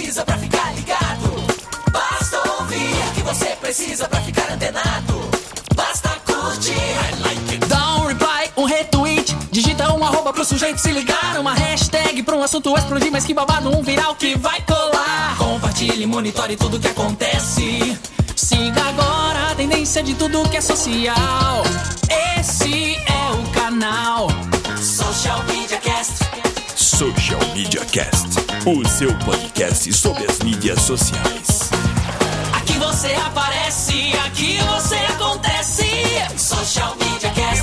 precisa pra ficar ligado. Basta ouvir o que você precisa pra ficar antenado. Basta curtir. I like it. Dá um reply, um retweet. Digita um arroba pro sujeito se ligar. Uma hashtag pra um assunto explodir. Mas que babado, um viral que vai colar. Compartilhe, monitore tudo que acontece. Siga agora a tendência de tudo que é social. Esse é o canal Social Media Cast. Social Media Cast, o seu podcast sobre as mídias sociais. Aqui você aparece, aqui você acontece. Social Media Cast.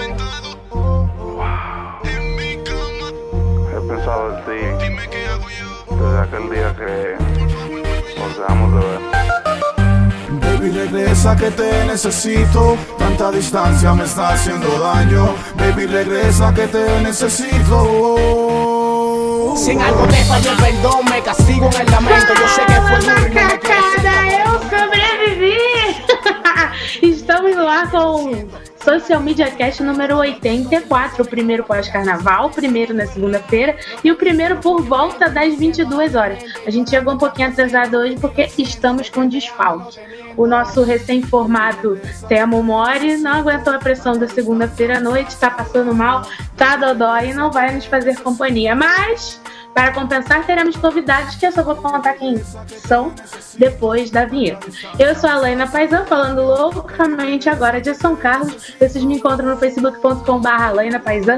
He pensado en ti desde aquel día que nos dejamos de ver. Baby, regresa que te necesito. Tanta distancia me está haciendo daño. Baby, regresa que te necesito. Si en algo te falló el perdón, me castigo en el lamento. Yo sé que fue duro y no me quieres. Eu sobrevivi! Estamos no ar com Social Media Cast número 84, o primeiro pós-carnaval, o primeiro na segunda-feira e o primeiro por volta das 22 horas. A gente chegou um pouquinho atrasado hoje porque estamos com desfalque. O nosso recém-formado Temo Mori não aguentou a pressão da segunda-feira à noite, tá passando mal, tá dodói e não vai nos fazer companhia. Mas, para compensar, teremos convidados que eu só vou contar quem são depois da vinheta. Eu sou a Alaina Paisan, falando loucamente agora de São Carlos. Vocês me encontram no facebook.com/AlainaPaisan,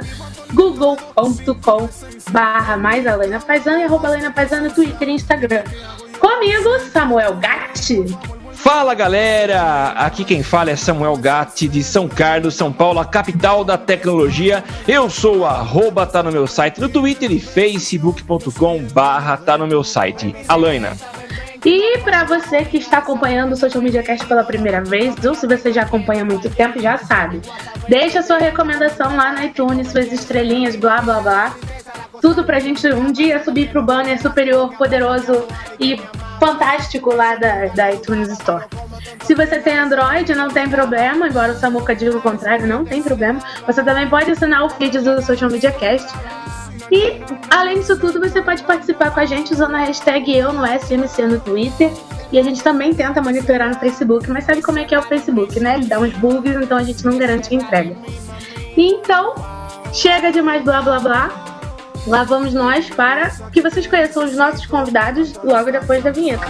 google.com/+AlainaPaisan e @AlainaPaisan no Twitter e Instagram. Comigo, Samuel Gatti. Fala galera, aqui quem fala é Samuel Gatti de São Carlos, São Paulo, a capital da tecnologia. Eu sou o @ tá no meu site no Twitter e facebook.com/tá no meu site. Alaina. E para você que está acompanhando o Social Media Cast pela primeira vez, ou se você já acompanha há muito tempo, já sabe. Deixa sua recomendação lá na iTunes, suas estrelinhas, blá blá blá. Tudo pra gente um dia subir pro banner superior, poderoso e fantástico lá da iTunes Store. Se você tem Android, não tem problema, embora o Samuca diga o contrário, não tem problema. Você também pode assinar o feed do Social Media Cast. E, além disso tudo, você pode participar com a gente usando a hashtag eu no SMC no Twitter. E a gente também tenta monitorar no Facebook, mas sabe como é que é o Facebook, né? Ele dá uns bugs, então a gente não garante que entrega. Então, chega de mais blá blá blá. Lá vamos nós para que vocês conheçam os nossos convidados logo depois da vinheta.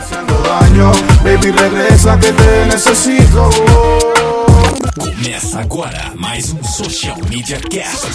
Começa agora mais um Social Media Cast.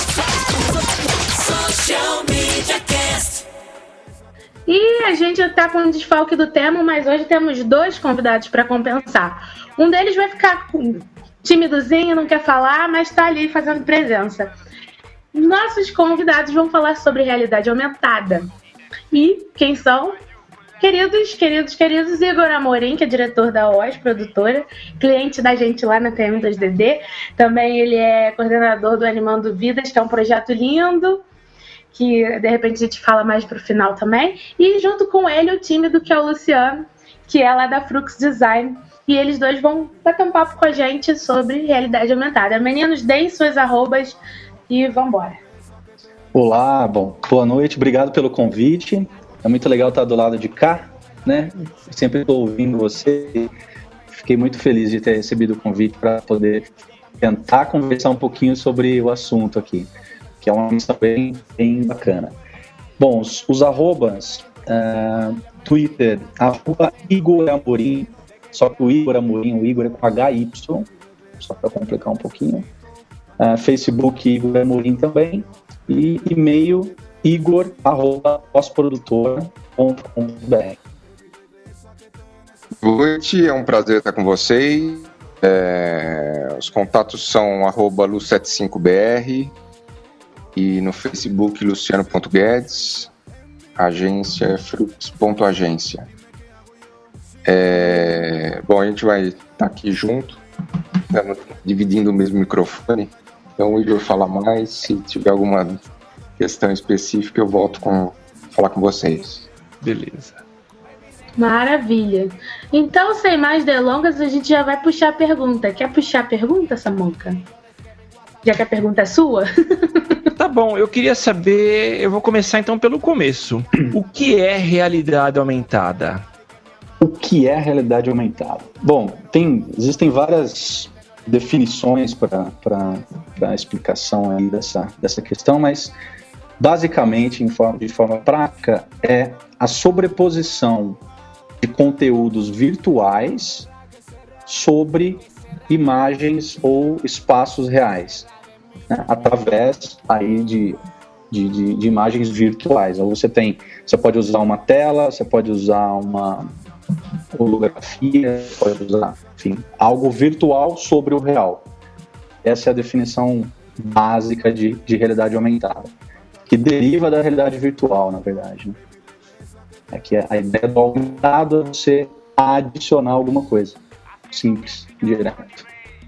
Social Media Cast. E a gente tá com um desfalque do tema, mas hoje temos dois convidados para compensar. Um deles vai ficar timidozinho, não quer falar, mas tá ali fazendo presença. Nossos convidados vão falar sobre realidade aumentada. E quem são? Queridos, Igor Amorim, que é diretor da OS, produtora, cliente da gente lá na TM2DD. Também ele é coordenador do Animando Vidas, que é um projeto lindo, que de repente a gente fala mais pro final também. E junto com ele o tímido, que é o Luciano, que é lá da Frux Design. E eles dois vão bater um papo com a gente sobre realidade aumentada. Meninos, deem suas arrobas e vambora. Olá, boa noite, obrigado pelo convite. É muito legal estar do lado de cá, né? Sempre estou ouvindo você. Fiquei muito feliz de ter recebido o convite para poder tentar conversar um pouquinho sobre o assunto aqui, que é uma missão bem bacana. Bom, os arrobas, Twitter, @Igor Amorim, só que o Igor Amorim, o Igor é com HY, só para complicar um pouquinho. Facebook Igor Amorim também, e e-mail igor@osprodutora.com.br. Boa noite, é um prazer estar com vocês. Os contatos são @lu75br e no Facebook luciano.guedes, agência frux.agência. Bom, a gente vai estar aqui junto, dividindo o mesmo microfone. Então o Igor fala mais, se tiver alguma questão específica eu volto falar com vocês. Beleza. Maravilha. Então, sem mais delongas, a gente já vai puxar a pergunta. Quer puxar a pergunta, Samuca? Já que a pergunta é sua? Tá bom, eu queria saber, eu vou começar então pelo começo. O que é realidade aumentada? O que é realidade aumentada? Bom, existem várias definições para a explicação aí dessa questão, mas basicamente, de forma prática, é a sobreposição de conteúdos virtuais sobre imagens ou espaços reais, né, através aí de imagens virtuais. Ou você pode usar uma tela, você pode usar uma holografia, pode usar, enfim, algo virtual sobre o real. Essa é a definição básica de realidade aumentada, que deriva da realidade virtual, na verdade, né? É que a ideia do aumentado é você adicionar alguma coisa. Simples, direto.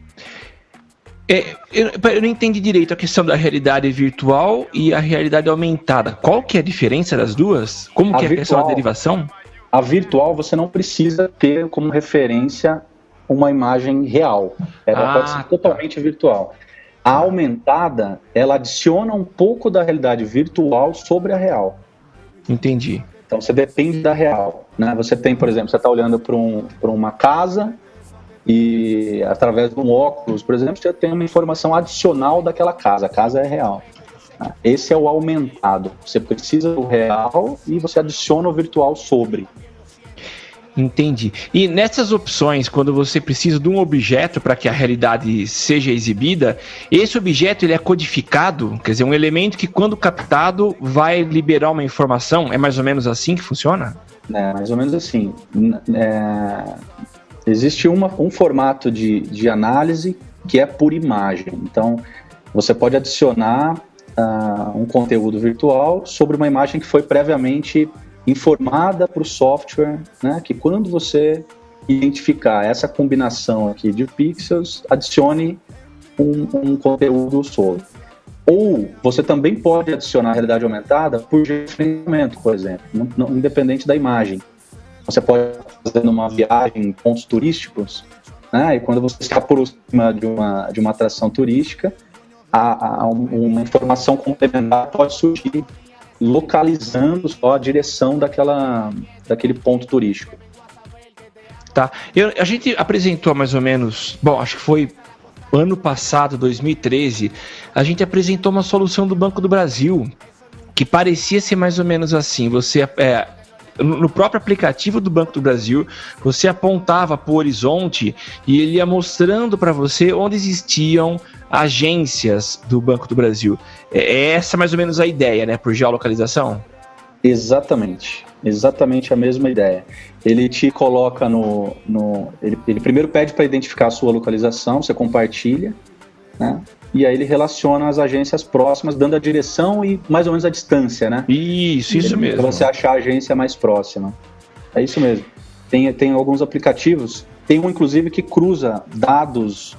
Eu não entendi direito a questão da realidade virtual e a realidade aumentada. Qual que é a diferença das duas? Como que é a questão da derivação? A virtual você não precisa ter como referência uma imagem real. Ela pode ser totalmente virtual. A aumentada, ela adiciona um pouco da realidade virtual sobre a real. Entendi. Então você depende da real, né? Você tem, por exemplo, você está olhando para uma casa e através de um óculos, por exemplo, você tem uma informação adicional daquela casa. A casa é real. Esse é o aumentado. Você precisa do real e você adiciona o virtual sobre. Entendi. E nessas opções, quando você precisa de um objeto para que a realidade seja exibida, esse objeto ele é codificado, quer dizer, um elemento que quando captado vai liberar uma informação. É mais ou menos assim que funciona? É, mais ou menos assim. Existe um formato de análise que é por imagem. Então, você pode adicionar um conteúdo virtual sobre uma imagem que foi previamente informada para o software, né, que quando você identificar essa combinação aqui de pixels, adicione um conteúdo sobre. Ou você também pode adicionar a realidade aumentada por gerenciamento, por exemplo, independente da imagem. Você pode fazer uma viagem em pontos turísticos, né, e quando você se aproxima de uma atração turística, uma informação complementar pode surgir localizando só a direção daquele ponto turístico. Tá. A gente apresentou mais ou menos, bom, acho que foi ano passado, 2013, a gente apresentou uma solução do Banco do Brasil que parecia ser mais ou menos assim. Você, no próprio aplicativo do Banco do Brasil, você apontava para o horizonte e ele ia mostrando para você onde existiam agências do Banco do Brasil. É essa mais ou menos a ideia, né? Por geolocalização? Exatamente a mesma ideia. Ele te coloca ele primeiro pede para identificar a sua localização, você compartilha, né? E aí ele relaciona as agências próximas, dando a direção e mais ou menos a distância, né? Isso mesmo. Para você achar a agência mais próxima. É isso mesmo. Tem alguns aplicativos, tem um inclusive que cruza dados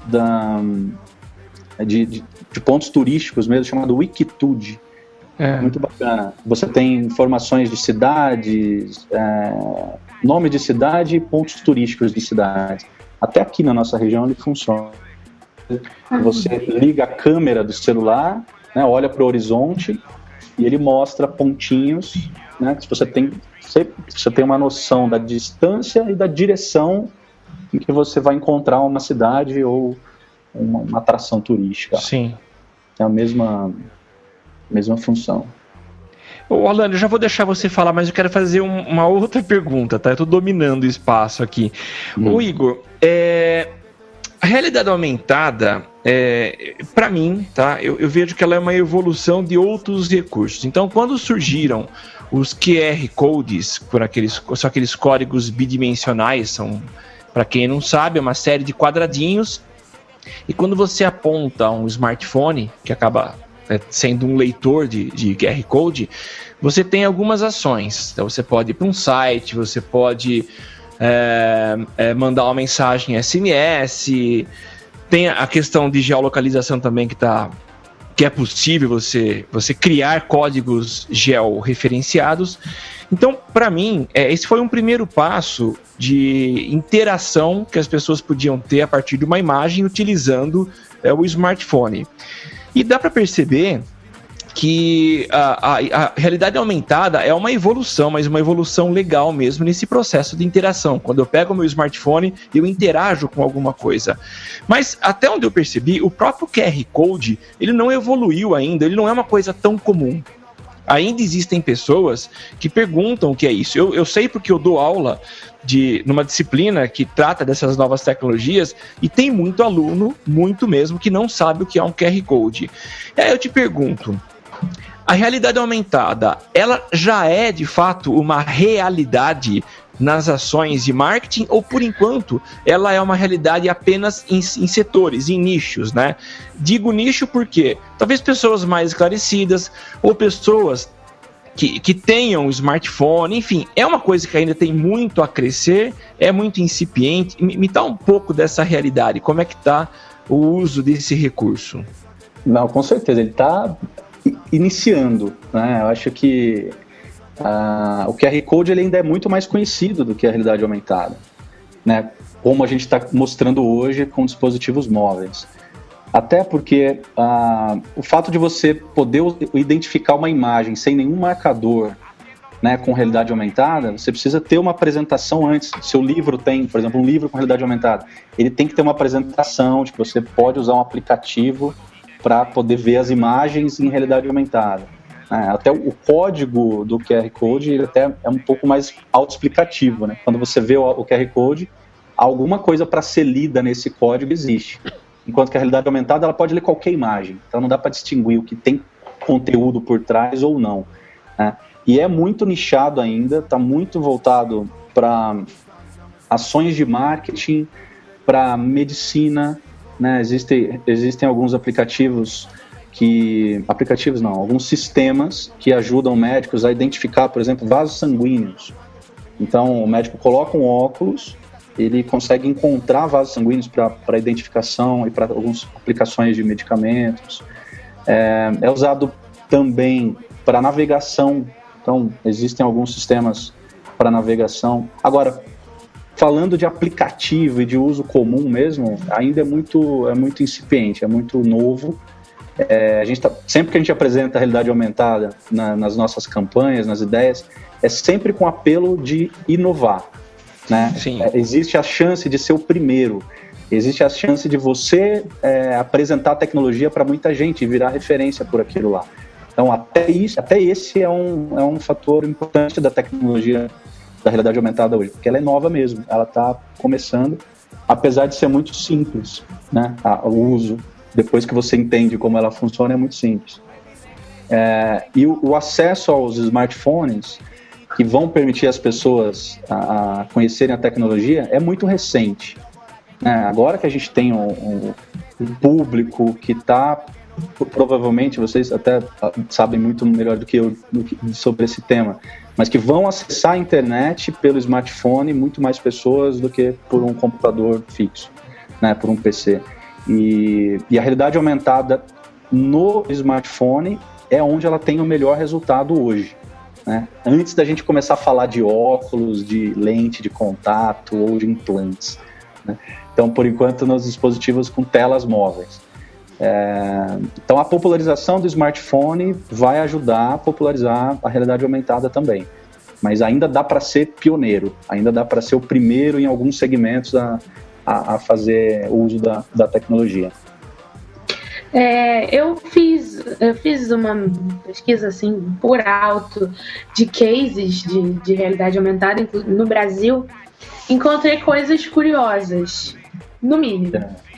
de pontos turísticos mesmo, chamado Wikitude. Muito bacana. Você tem informações de cidades, nome de cidade e pontos turísticos de cidades. Até aqui na nossa região ele funciona. Você liga a câmera do celular, né, olha para o horizonte e ele mostra pontinhos, né, que você tem uma noção da distância e da direção em que você vai encontrar uma cidade ou uma atração turística. Sim. É a mesma função. Orlando, eu já vou deixar você falar, mas eu quero fazer uma outra pergunta, tá? Eu tô dominando o espaço aqui. Ô Igor, a realidade aumentada, para mim, tá? Eu vejo que ela é uma evolução de outros recursos. Então, quando surgiram os QR Codes, são aqueles códigos bidimensionais, são, para quem não sabe, é uma série de quadradinhos, e quando você aponta um smartphone, que acaba sendo um leitor de QR Code, você tem algumas ações. Então, você pode ir para um site, você pode mandar uma mensagem SMS, tem a questão de geolocalização também que é possível você criar códigos georreferenciados. Então, para mim, esse foi um primeiro passo de interação que as pessoas podiam ter a partir de uma imagem utilizando o smartphone. E dá para perceber que a realidade aumentada é uma evolução, mas uma evolução legal mesmo nesse processo de interação. Quando eu pego o meu smartphone, eu interajo com alguma coisa. Mas até onde eu percebi, o próprio QR Code, ele não evoluiu ainda, ele não é uma coisa tão comum. Ainda existem pessoas que perguntam o que é isso. Eu sei porque eu dou aula numa disciplina que trata dessas novas tecnologias e tem muito aluno, muito mesmo, que não sabe o que é um QR Code. E aí eu te pergunto, a realidade aumentada, ela já é de fato uma realidade nas ações de marketing ou por enquanto ela é uma realidade apenas em setores, em nichos, né? Digo nicho porque talvez pessoas mais esclarecidas ou pessoas que tenham smartphone, enfim, é uma coisa que ainda tem muito a crescer, é muito incipiente. Me dá um pouco dessa realidade, como é que está o uso desse recurso? Não, com certeza, ele está iniciando, né? Eu acho que o QR Code ele ainda é muito mais conhecido do que a realidade aumentada, né? Como a gente está mostrando hoje com dispositivos móveis. Até porque o fato de você poder identificar uma imagem sem nenhum marcador, né, com realidade aumentada, você precisa ter uma apresentação antes. Seu livro tem, por exemplo, um livro com realidade aumentada, ele tem que ter uma apresentação de que você pode usar um aplicativo para poder ver as imagens em realidade aumentada. Até o código do QR Code ele até é um pouco mais autoexplicativo, né? Quando você vê o QR Code, alguma coisa para ser lida nesse código existe. Enquanto que a realidade aumentada ela pode ler qualquer imagem. Então não dá para distinguir o que tem conteúdo por trás ou não, né? E é muito nichado ainda, está muito voltado para ações de marketing, para medicina, né? Existem alguns alguns sistemas que ajudam médicos a identificar, por exemplo, vasos sanguíneos. Então, o médico coloca um óculos, ele consegue encontrar vasos sanguíneos para identificação e para algumas aplicações de medicamentos. É usado também para navegação, então, existem alguns sistemas para navegação. Agora, falando de aplicativo e de uso comum mesmo, ainda é muito incipiente, é muito novo. Sempre que a gente apresenta a realidade aumentada nas nossas campanhas, nas ideias, é sempre com apelo de inovar, né? Existe a chance de ser o primeiro, existe a chance de você apresentar a tecnologia para muita gente e virar referência por aquilo lá. Então até esse é um fator importante da tecnologia da realidade aumentada hoje, porque ela é nova mesmo, ela está começando, apesar de ser muito simples, né? O uso, depois que você entende como ela funciona, é muito simples. E o acesso aos smartphones, que vão permitir as pessoas a conhecerem a tecnologia, é muito recente, né? Agora que a gente tem um público que está, provavelmente vocês até sabem muito melhor do que eu sobre esse tema, mas que vão acessar a internet pelo smartphone, muito mais pessoas do que por um computador fixo, né? Por um PC. E a realidade aumentada no smartphone é onde ela tem o melhor resultado hoje, né? Antes da gente começar a falar de óculos, de lente de contato ou de implantes, né? Então, por enquanto, nos dispositivos com telas móveis. Então, a popularização do smartphone vai ajudar a popularizar a realidade aumentada também. Mas ainda dá para ser pioneiro, ainda dá para ser o primeiro em alguns segmentos a fazer uso da tecnologia. Eu fiz uma pesquisa assim por alto de cases de realidade aumentada no Brasil. Encontrei coisas curiosas, no mínimo.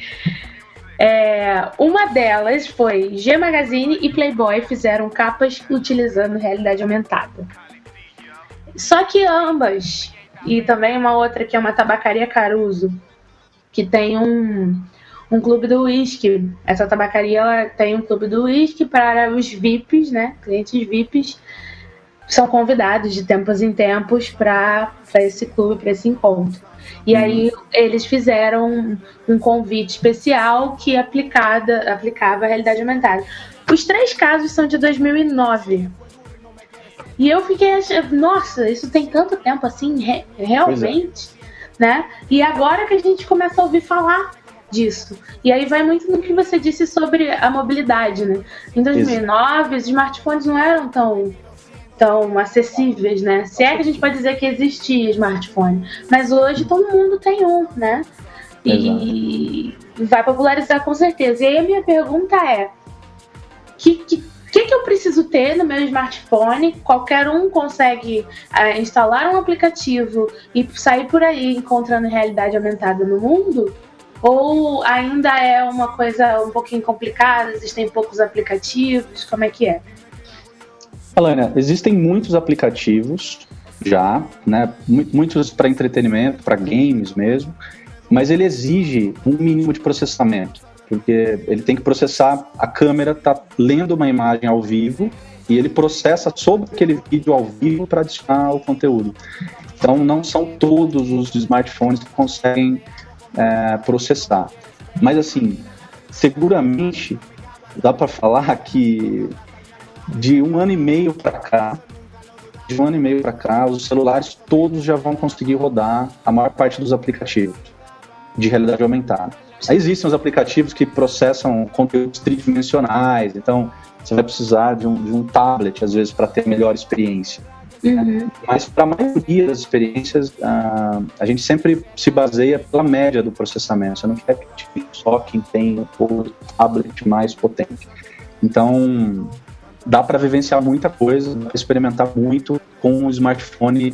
Uma delas foi G Magazine e Playboy fizeram capas utilizando realidade aumentada. Só que ambas, e também uma outra que é uma tabacaria Caruso, que tem um clube do uísque. Essa tabacaria ela tem um clube do uísque para os VIPs, né? Clientes VIPs são convidados de tempos em tempos para esse clube, para esse encontro. E aí eles fizeram um convite especial que aplicava a realidade aumentada. Os 3 casos são de 2009. E eu fiquei achando, nossa, isso tem tanto tempo assim, realmente, né? E agora que a gente começa a ouvir falar disso. E aí vai muito no que você disse sobre a mobilidade, né? Em 2009, os smartphones não eram tão acessíveis, né? Se é que a gente pode dizer que existia smartphone. Mas hoje todo mundo tem um, né? E vai popularizar com certeza. E aí a minha pergunta é: o que eu preciso ter no meu smartphone? Qualquer um consegue instalar um aplicativo e sair por aí encontrando realidade aumentada no mundo? Ou ainda é uma coisa um pouquinho complicada? Existem poucos aplicativos? Como é que é? Alânia, existem muitos aplicativos já, né? Muitos para entretenimento, para games mesmo, mas ele exige um mínimo de processamento, porque ele tem que processar, a câmera está lendo uma imagem ao vivo e ele processa sobre aquele vídeo ao vivo para adicionar o conteúdo. Então não são todos os smartphones que conseguem processar. Mas assim, seguramente dá para falar que de um ano e meio para cá, os celulares todos já vão conseguir rodar a maior parte dos aplicativos de realidade aumentada. Aí existem os aplicativos que processam conteúdos tridimensionais, então você vai precisar de um tablet, às vezes, para ter melhor experiência. Né? Mas para a maioria das experiências, a gente sempre se baseia pela média do processamento. Você não quer que só quem tem o tablet mais potente. Então, dá para vivenciar muita coisa, dá para experimentar muito com um smartphone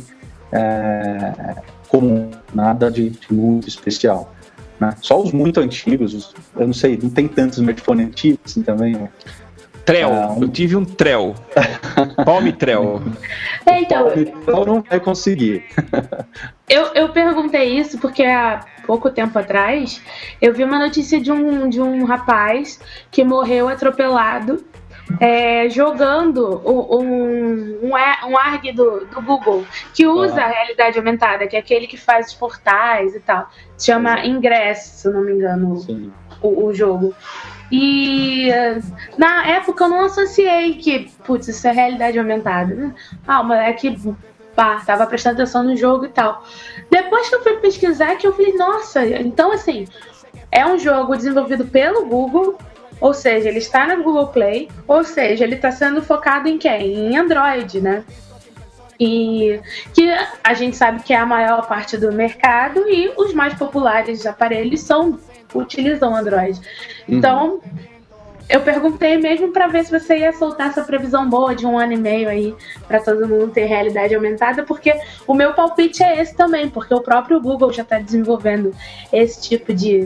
comum, nada de muito especial. Né? Só os muito antigos, eu não sei, não tem tantos smartphones antigos assim também, né? Trell, eu tive um Trell. Palm Trell. Então, não vai conseguir. Eu perguntei isso porque há pouco tempo atrás eu vi uma notícia de um rapaz que morreu atropelado jogando um ARG do Google, que usa a realidade aumentada, que é aquele que faz os portais e tal. Se chama Ingress, se eu não me engano, o jogo. E na época eu não associei que, putz, isso é realidade aumentada, né? O moleque tava prestando atenção no jogo e tal. Depois que eu fui pesquisar, que eu falei, nossa, então assim, é um jogo desenvolvido pelo Google, ou seja, ele está no Google Play, ou seja, ele está sendo focado em quem? Em Android, né? E que a gente sabe que é a maior parte do mercado e os mais populares aparelhos utilizam Android. Então, eu perguntei mesmo para ver se você ia soltar essa previsão boa de 1 ano e meio aí para todo mundo ter realidade aumentada, porque o meu palpite é esse também, porque o próprio Google já está desenvolvendo esse tipo de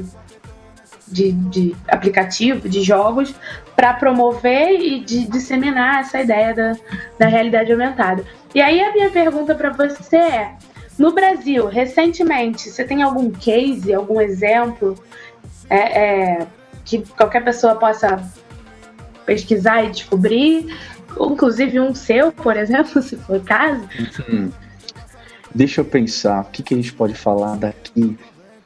aplicativo, de jogos, para promover e disseminar essa ideia da realidade aumentada. E aí a minha pergunta para você é: no Brasil, recentemente, você tem algum case, algum exemplo que qualquer pessoa possa pesquisar e descobrir, inclusive um seu, por exemplo, se for o caso? Deixa eu pensar, o que a gente pode falar daqui?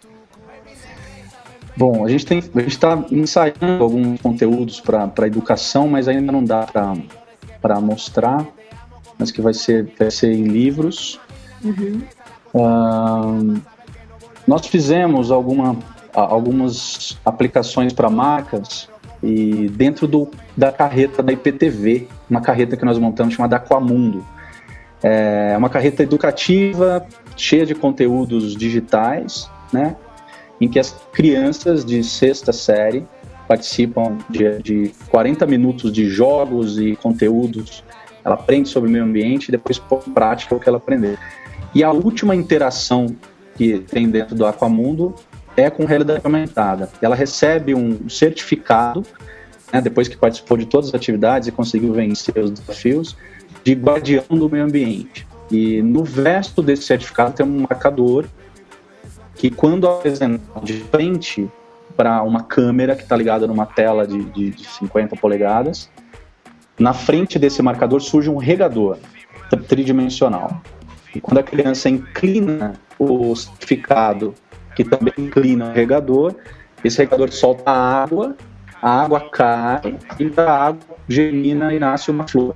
Bom, a gente está ensaiando alguns conteúdos para educação, mas ainda não dá para mostrar, mas que vai ser em livros. Nós fizemos algumas aplicações para marcas e dentro da carreta da IPTV, uma carreta que nós montamos chamada Aquamundo. É uma carreta educativa, cheia de conteúdos digitais, né? Em que as crianças de 6ª série participam de 40 minutos de jogos e conteúdos. Ela aprende sobre o meio ambiente e depois põe em prática o que ela aprendeu. E a última interação que tem dentro do Aquamundo é com realidade aumentada. Ela recebe um certificado, né, depois que participou de todas as atividades e conseguiu vencer os desafios, de guardião do meio ambiente. E no verso desse certificado tem um marcador que, quando apresentado de frente para uma câmera que está ligada numa tela de 50 polegadas, na frente desse marcador surge um regador tridimensional. E quando a criança inclina o certificado, que também inclina o regador, esse regador solta a água cai e da água germina e nasce uma flor.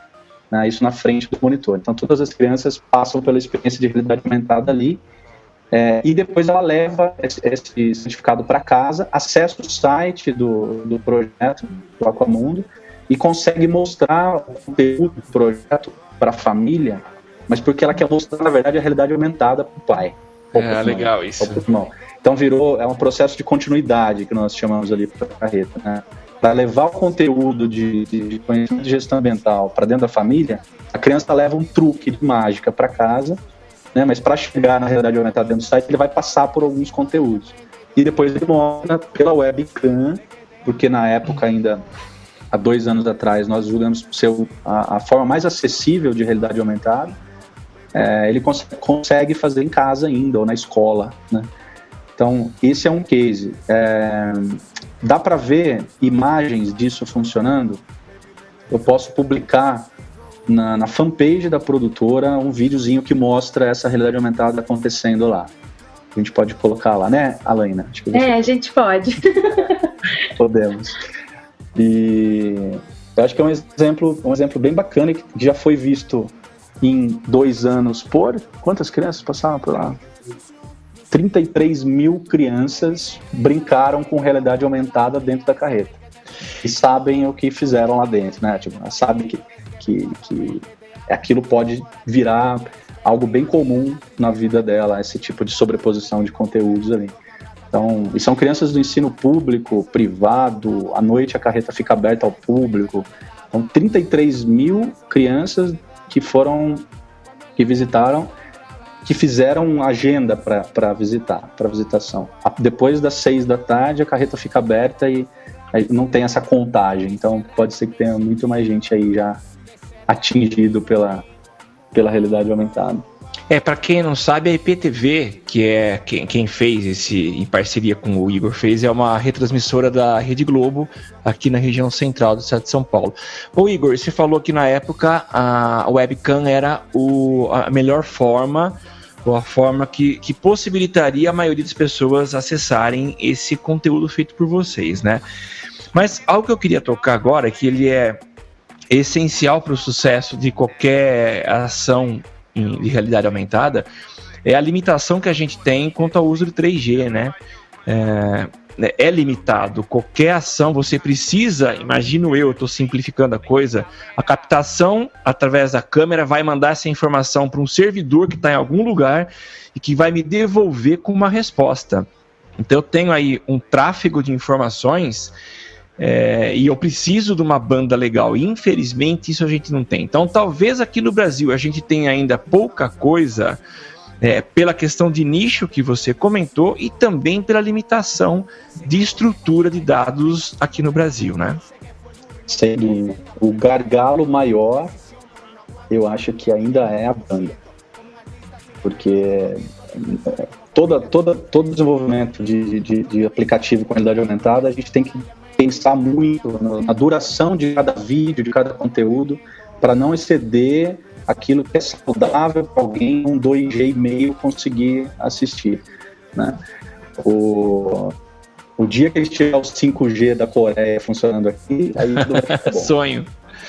Isso na frente do monitor. Então todas as crianças passam pela experiência de realidade aumentada ali E depois ela leva esse certificado para casa, acessa o site do projeto, do Aquamundo, e consegue mostrar o conteúdo do projeto para a família, mas porque ela quer mostrar, na verdade, a realidade aumentada para o pai. Legal isso. Então é um processo de continuidade que nós chamamos ali para a carreta, né? Para levar o conteúdo de conhecimento de gestão ambiental para dentro da família, a criança leva um truque de mágica para casa, né? Mas para chegar na realidade aumentada dentro do site, ele vai passar por alguns conteúdos. E depois ele mostra pela webcam, porque na época ainda, há 2 anos atrás, nós julgamos ser a forma mais acessível de realidade aumentada. Ele consegue fazer em casa ainda, ou na escola, né? Então, esse é um case. Dá para ver imagens disso funcionando? Eu posso publicar na fanpage da produtora um videozinho que mostra essa realidade aumentada acontecendo lá. A gente pode colocar lá, né, Alaina? A gente pode. Podemos. E eu acho que é um exemplo bem bacana que já foi visto em 2 anos por... Quantas crianças passaram por lá? 33 mil crianças brincaram com realidade aumentada dentro da carreta. E sabem o que fizeram lá dentro, né? Tipo, sabem que aquilo pode virar algo bem comum na vida dela, esse tipo de sobreposição de conteúdos ali. Então, e são crianças do ensino público, privado, à noite a carreta fica aberta ao público. Então, 33 mil crianças que visitaram, que fizeram agenda para visitação. Depois das 6 da tarde, a carreta fica aberta e aí não tem essa contagem. Então, pode ser que tenha muito mais gente aí já atingido pela realidade aumentada. Para quem não sabe, a IPTV, que é quem fez em parceria com o Igor fez, é uma retransmissora da Rede Globo aqui na região central do estado de São Paulo. Ô Igor, você falou que na época a webcam era a melhor forma, ou a forma que possibilitaria a maioria das pessoas acessarem esse conteúdo feito por vocês, né? Mas algo que eu queria tocar agora, que ele é essencial para o sucesso de qualquer ação de realidade aumentada, é a limitação que a gente tem quanto ao uso de 3G, né? É limitado. Qualquer ação você precisa, imagino eu estou simplificando a coisa, a captação através da câmera vai mandar essa informação para um servidor que está em algum lugar e que vai me devolver com uma resposta. Então eu tenho aí um tráfego de informações e eu preciso de uma banda legal. E, infelizmente, isso a gente não tem. Então, talvez aqui no Brasil a gente tenha ainda pouca coisa pela questão de nicho que você comentou e também pela limitação de estrutura de dados aqui no Brasil, né? Sim, o gargalo maior, eu acho que ainda é a banda. Porque todo desenvolvimento de aplicativo com realidade aumentada, a gente tem que pensar muito na duração de cada vídeo, de cada conteúdo, para não exceder aquilo que é saudável para alguém, um 2G conseguir assistir, né? O dia que a gente tiver o 5G da Coreia funcionando aqui, aí tudo vai ficar bom. Sonho.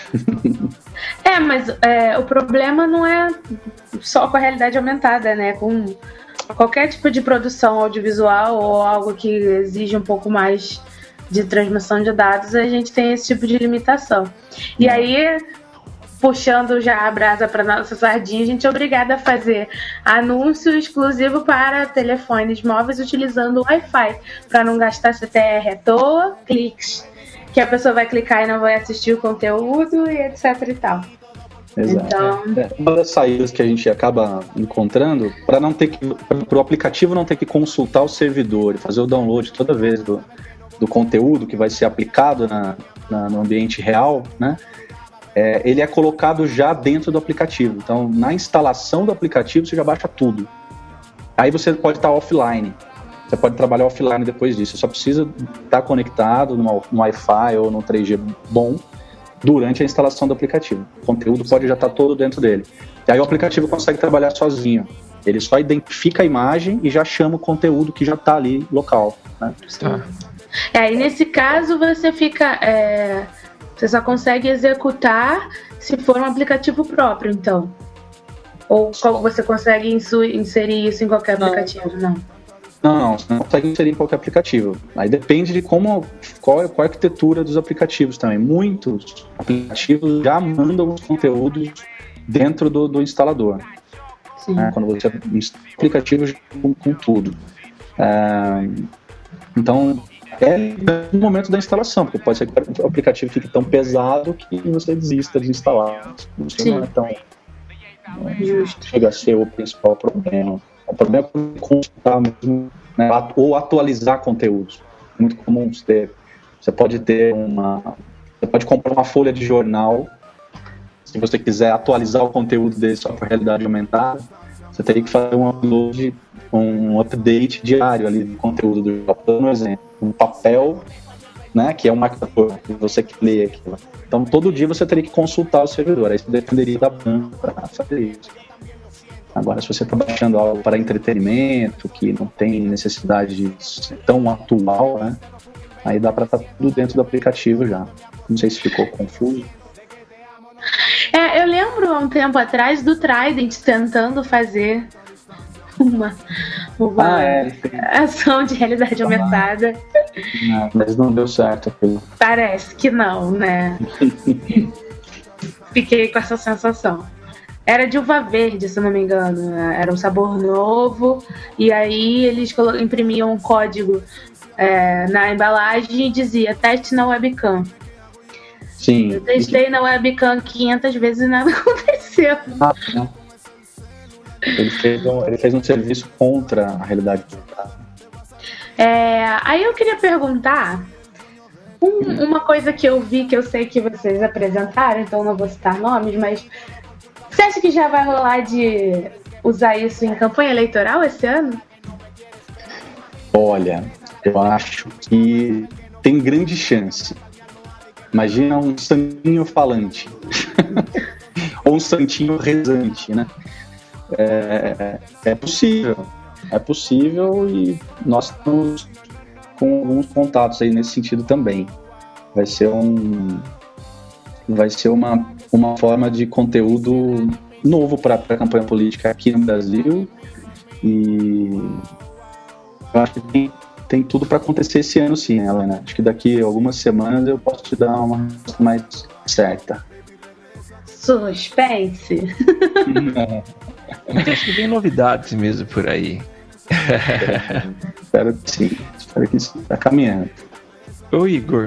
Mas o problema não é só com a realidade aumentada, né? Com qualquer tipo de produção audiovisual ou algo que exige um pouco mais de transmissão de dados, a gente tem esse tipo de limitação. E aí, puxando já a brasa para nossa sardinha, a gente é obrigada a fazer anúncio exclusivo para telefones móveis utilizando o Wi-Fi, para não gastar CTR à toa, cliques, que a pessoa vai clicar e não vai assistir o conteúdo e etc e tal. Exato. Então... uma das saídas que a gente acaba encontrando, para o aplicativo não ter que consultar o servidor e fazer o download toda vez do conteúdo que vai ser aplicado no ambiente real, né? Ele é colocado já dentro do aplicativo. Então, na instalação do aplicativo, você já baixa tudo. Aí você pode estar offline. Você pode trabalhar offline depois disso. Você só precisa estar conectado no Wi-Fi ou no 3G bom durante a instalação do aplicativo. O conteúdo pode já estar todo dentro dele. E aí o aplicativo consegue trabalhar sozinho. Ele só identifica a imagem e já chama o conteúdo que já está ali local, né? E nesse caso você fica... você só consegue executar se for um aplicativo próprio, então. Ou você consegue inserir isso em qualquer aplicativo? Não, você não consegue inserir em qualquer aplicativo. Aí depende de qual é a arquitetura dos aplicativos também. Muitos aplicativos já mandam os conteúdos dentro do instalador. Quando você instala o aplicativo com tudo. Então, no momento da instalação, porque pode ser que o aplicativo fique tão pesado que você desista de instalar. Isso não é tão... chega a ser o principal problema. O problema é consultar mesmo, né, ou atualizar conteúdos. Muito comum você pode ter você pode comprar uma folha de jornal. Se você quiser atualizar o conteúdo dele só para realidade aumentada, você teria que fazer um upload, um update diário ali do conteúdo do jornal. Por exemplo, um papel, né, que é um marcador, que você que lê aquilo. Então, todo dia você teria que consultar o servidor. Aí você dependeria da banca para fazer isso. Agora, se você está baixando algo para entretenimento, que não tem necessidade de ser tão atual, né, aí dá para estar tudo dentro do aplicativo já. Não sei se ficou confuso. Eu lembro há um tempo atrás do Trident tentando fazer uma ação de realidade aumentada. Não, mas não deu certo aquilo. Parece que não, né? Fiquei com essa sensação. Era de uva verde, se não me engano. Era um sabor novo. E aí eles imprimiam um código na embalagem e dizia: teste na webcam. Sim. Eu testei na webcam 500 vezes e nada aconteceu. Não. Ele fez um serviço contra a realidade aumentada. Aí eu queria perguntar uma coisa que eu vi, que eu sei que vocês apresentaram, então não vou citar nomes, mas você acha que já vai rolar de usar isso em campanha eleitoral esse ano? Olha, eu acho que tem grande chance. Imagina um santinho falante. Ou um santinho rezante, né? É possível e nós estamos com alguns contatos aí nesse sentido também. Vai ser uma forma de conteúdo novo para a campanha política aqui no Brasil, e eu acho que tem tudo para acontecer esse ano, sim, Helena. Acho que daqui a algumas semanas eu posso te dar uma resposta mais certa. Suspense. Acho que tem novidades mesmo por aí. Espero que sim. Está caminhando. Ô Igor,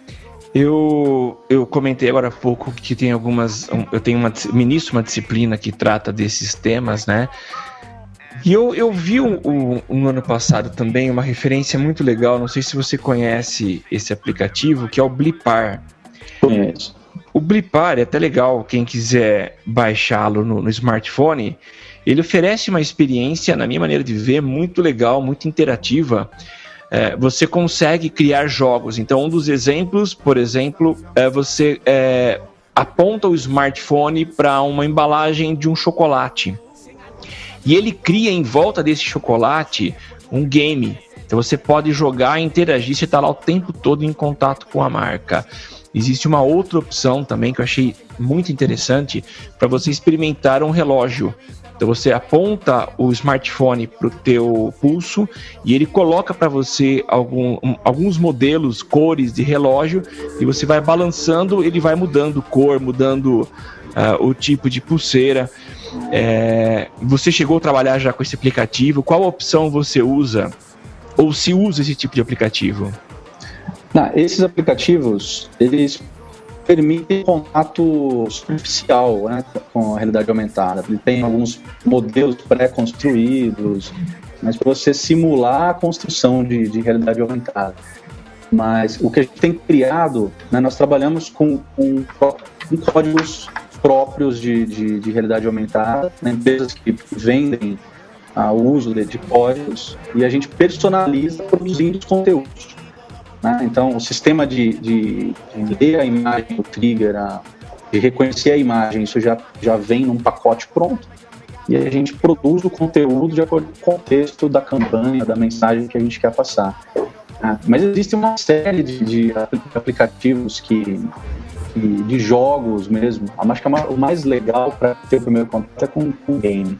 eu comentei agora há pouco que tem eu tenho ministro uma disciplina que trata desses temas, né? E eu vi no ano passado também uma referência muito legal, não sei se você conhece esse aplicativo, que é o Blipar. Conheço. O Blipar é até legal, quem quiser baixá-lo no smartphone, ele oferece uma experiência, na minha maneira de ver, muito legal, muito interativa. Você consegue criar jogos. Então, um dos exemplos, por exemplo, você aponta o smartphone para uma embalagem de um chocolate. E ele cria em volta desse chocolate um game. Então você pode jogar e interagir, você está lá o tempo todo em contato com a marca. Existe uma outra opção também que eu achei muito interessante para você experimentar um relógio. Então você aponta o smartphone para o teu pulso e ele coloca para você alguns modelos, cores de relógio, e você vai balançando, ele vai mudando cor, mudando o tipo de pulseira. Você chegou a trabalhar já com esse aplicativo? Qual opção você usa? Ou se usa esse tipo de aplicativo? Esses aplicativos, eles permitem contato superficial, né, com a realidade aumentada. Ele tem alguns modelos pré-construídos, mas para você simular a construção de realidade aumentada. Mas o que a gente tem criado, né, nós trabalhamos com códigos próprios de realidade aumentada, né, empresas que vendem o uso de códigos, e a gente personaliza produzindo os conteúdos. Então, o sistema de ler a imagem, o trigger, de reconhecer a imagem, isso já vem num pacote pronto, e a gente produz o conteúdo de acordo com o contexto da campanha, da mensagem que a gente quer passar. Mas existe uma série de aplicativos que de jogos mesmo. Acho que o mais legal para ter o primeiro contato é com o game.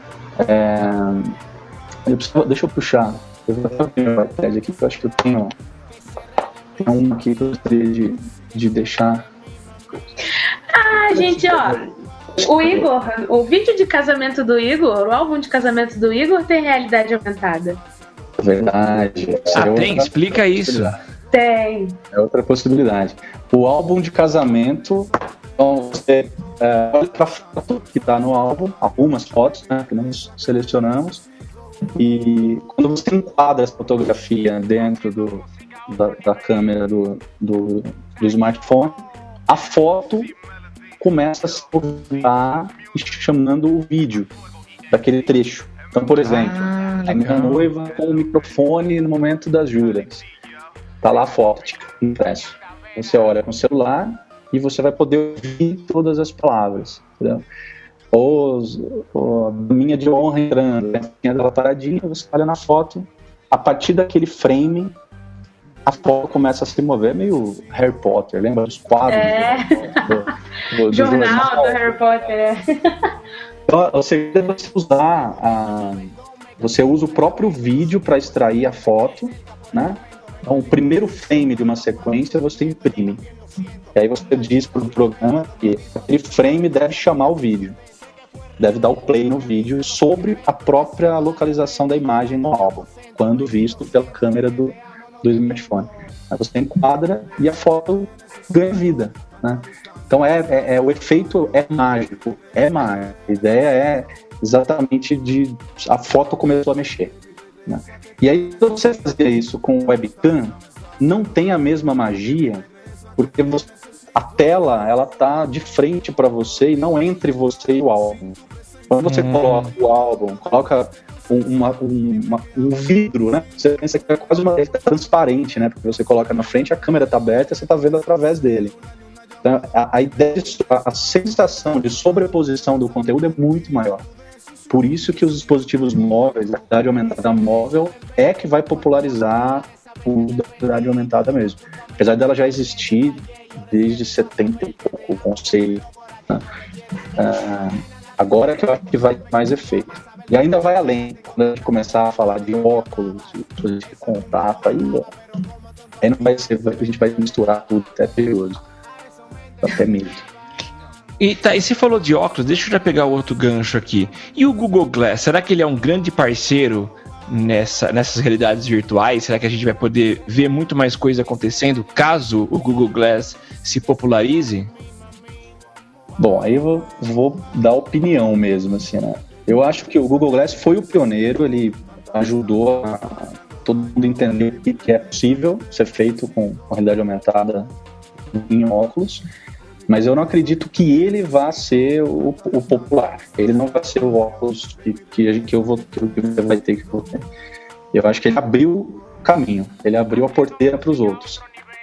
Deixa eu puxar. Eu vou até abrir meu iPad aqui, porque eu acho que eu tenho um aqui que eu gostaria de deixar. Gente, o Igor, o vídeo de casamento do Igor, o álbum de casamento do Igor tem realidade aumentada. Verdade. Tem? Explica isso. Tem. É outra possibilidade. O álbum de casamento, então você olha para a foto que está no álbum, algumas fotos, né, que nós selecionamos, e quando você enquadra essa fotografia dentro da câmera do smartphone, a foto começa a se movimentar chamando o vídeo daquele trecho. Então, por exemplo, a minha noiva com o microfone no momento das Jurens. Tá lá a foto impresso. Você olha com o celular e você vai poder ouvir todas as palavras. Entendeu? Ou a minha de honra entrando, né? Ela paradinha, você olha na foto, a partir daquele frame, a foto começa a se mover, meio Harry Potter, lembra dos quadros? Do jornal do Harry Potter. Então, você usa o próprio vídeo para extrair a foto, né? Então, o primeiro frame de uma sequência você imprime. E aí você diz para o programa que aquele frame deve chamar o vídeo. Deve dar o play no vídeo sobre a própria localização da imagem no álbum, quando visto pela câmera do smartphone. Aí você enquadra e a foto ganha vida, né? Então o efeito é mágico. A ideia é exatamente a foto começou a mexer, né? E aí, se você fazer isso com webcam, não tem a mesma magia, porque a tela ela tá de frente para você e não entre você e o álbum. Quando você coloca o álbum, coloca um vidro, né? Você pensa que é quase uma transparente, né? Porque você coloca na frente, a câmera tá aberta e você tá vendo através dele. Então, a ideia, a sensação de sobreposição do conteúdo é muito maior. Por isso que os dispositivos móveis, a realidade aumentada móvel, é que vai popularizar o uso da realidade aumentada mesmo. Apesar dela já existir desde 70 e pouco, o conceito, né? Agora é que eu acho que vai ter mais efeito. E ainda vai além, quando a gente começar a falar de óculos, de contato, aí não vai ser, a gente vai misturar tudo, até perigoso. Até medo. E você falou de óculos, deixa eu já pegar outro gancho aqui. E o Google Glass, será que ele é um grande parceiro nessas realidades virtuais? Será que a gente vai poder ver muito mais coisa acontecendo caso o Google Glass se popularize? Bom, aí eu vou dar opinião mesmo, assim, né? Eu acho que o Google Glass foi o pioneiro, ele ajudou a todo mundo entender que é possível ser feito com realidade aumentada em óculos, mas eu não acredito que ele vá ser o popular. Ele não vai ser o óculos que vai ter que ter. Eu acho que ele abriu o caminho, ele abriu a porteira para os outros.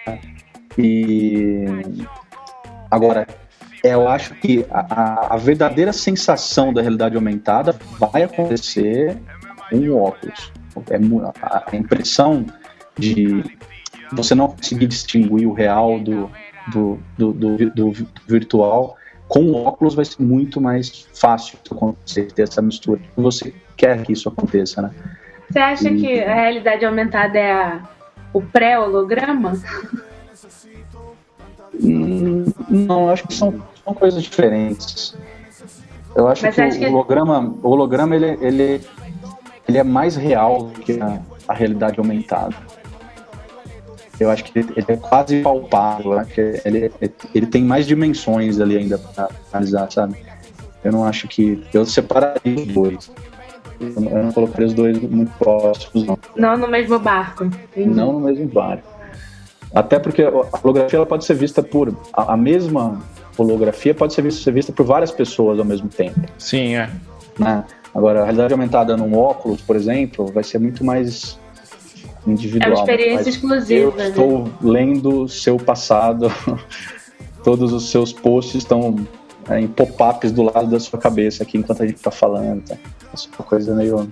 E agora, eu acho que a verdadeira sensação da realidade aumentada vai acontecer com o óculos. A impressão de você não conseguir distinguir o real do virtual com o óculos vai ser muito mais fácil de acontecer, ter essa mistura. Você quer que isso aconteça, né? Você acha que a realidade aumentada é o pré-holograma? Não, acho que são coisas diferentes. Eu acho que o holograma ele é mais real do que a realidade aumentada. Eu acho que ele é quase palpável, né? Ele tem mais dimensões ali ainda para analisar, sabe? Eu não acho que... Eu separaria os dois. Eu não colocaria os dois muito próximos, não. Não no mesmo barco. Não no mesmo barco. Até porque a holografia ela pode ser vista por... A mesma holografia pode ser vista por várias pessoas ao mesmo tempo. Sim, é. Né? Agora, a realidade aumentada num óculos, por exemplo, vai ser muito mais individual. É uma experiência exclusiva. Eu estou lendo seu passado, todos os seus posts estão em pop-ups do lado da sua cabeça aqui enquanto a gente está falando. Tá? Essa é uma coisa meio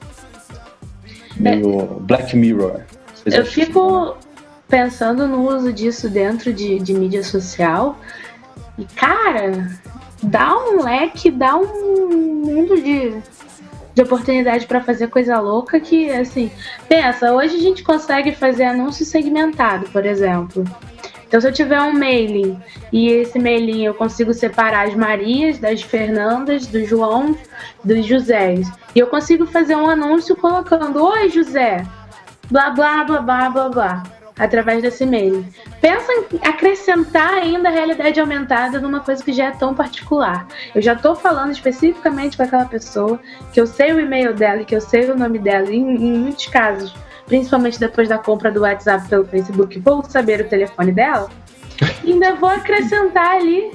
Black Mirror. Eu fico pensando no uso disso dentro de mídia social E, cara, dá um leque, dá um mundo de oportunidade para fazer coisa louca que, assim, pensa, hoje a gente consegue fazer anúncio segmentado, por exemplo. Então, se eu tiver um mailing e esse mailing eu consigo separar as Marias, das Fernandas, do João, dos Josés, e eu consigo fazer um anúncio colocando: oi, José, blá, blá, blá, blá, blá, blá, através desse mailing. Pensa em acrescentar ainda a realidade aumentada numa coisa que já é tão particular. Eu já estou falando especificamente com aquela pessoa, que eu sei o e-mail dela, que eu sei o nome dela, em muitos casos, principalmente depois da compra do WhatsApp pelo Facebook, vou saber o telefone dela, e ainda vou acrescentar ali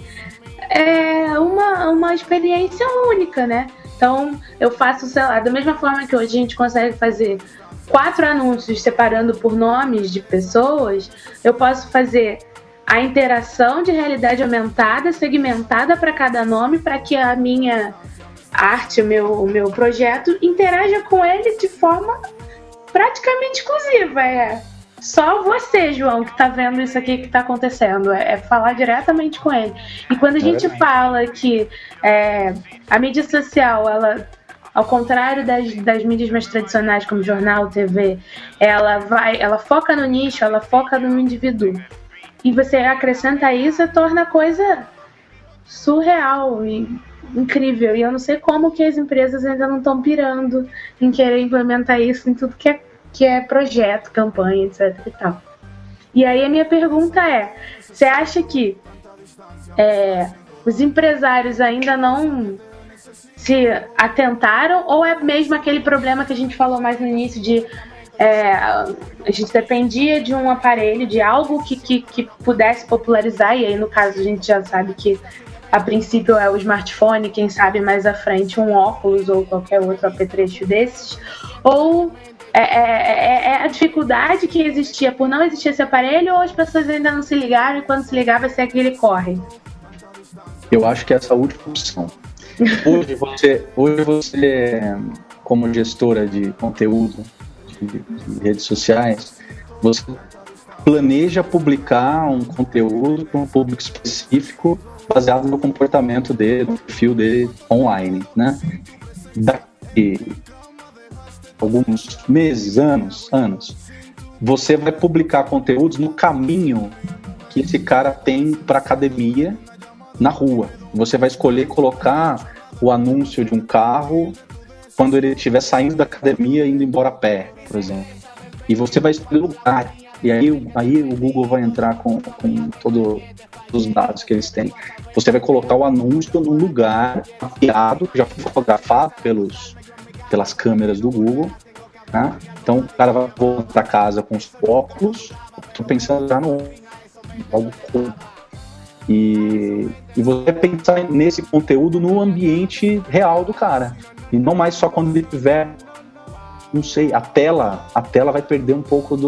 uma experiência única, né? Então, eu faço, sei lá, da mesma forma que hoje a gente consegue fazer 4 anúncios separando por nomes de pessoas, eu posso fazer a interação de realidade aumentada, segmentada para cada nome, para que a minha arte, o meu projeto, interaja com ele de forma praticamente exclusiva. É só você, João, que tá vendo isso aqui que tá acontecendo. É falar diretamente com ele. E quando a gente fala que a mídia social, ela, ao contrário das mídias mais tradicionais, como jornal, TV, ela foca no nicho, ela foca no indivíduo. E você acrescenta isso, torna a coisa surreal e incrível. E eu não sei como que as empresas ainda não estão pirando em querer implementar isso em tudo que é projeto, campanha, etc e tal. E aí a minha pergunta é: você acha que os empresários ainda não se atentaram, ou é mesmo aquele problema que a gente falou mais no início de a gente dependia de um aparelho, de algo que pudesse popularizar, e aí no caso a gente já sabe que a princípio é o smartphone, quem sabe mais à frente um óculos ou qualquer outro apetrecho desses, ou é a dificuldade que existia por não existir esse aparelho, ou as pessoas ainda não se ligaram e quando se ligar vai ser aquele corre? Eu acho que é essa última opção. Hoje você, como gestora de conteúdo de redes sociais, você planeja publicar um conteúdo para um público específico baseado no comportamento dele, no perfil dele online, né? Daqui alguns meses, anos, você vai publicar conteúdos no caminho que esse cara tem para academia na rua. Você vai escolher colocar o anúncio de um carro quando ele estiver saindo da academia e indo embora a pé, por exemplo. E você vai escolher o lugar. E aí o Google vai entrar com todos os dados que eles têm. Você vai colocar o anúncio num lugar mapeado, que já foi fotografado pelas câmeras do Google, né? Então o cara vai voltar para casa com os óculos. Estou pensando já no algo como. E você vai pensar nesse conteúdo no ambiente real do cara. E não mais só quando ele tiver, não sei, a tela vai perder um pouco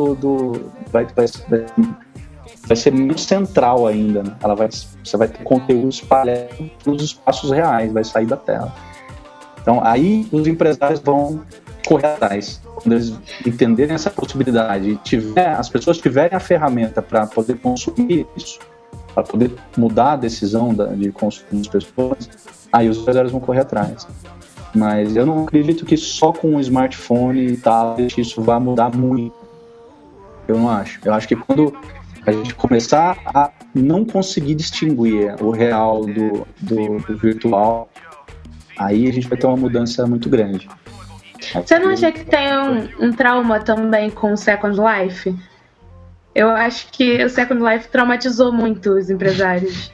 vai ser muito central ainda, né? Você vai ter conteúdo espalhado nos espaços reais, vai sair da tela. Então aí os empresários vão correr atrás. Quando eles entenderem essa possibilidade e as pessoas tiverem a ferramenta para poder consumir isso, para poder mudar a decisão de consumo das pessoas, aí os empresários vão correr atrás. Mas eu não acredito que só com o smartphone e tablet isso vai mudar muito. Eu não acho. Eu acho que quando a gente começar a não conseguir distinguir o real do virtual, aí a gente vai ter uma mudança muito grande. Você não acha que tem um trauma também com o Second Life? Eu acho que o Second Life traumatizou muito os empresários.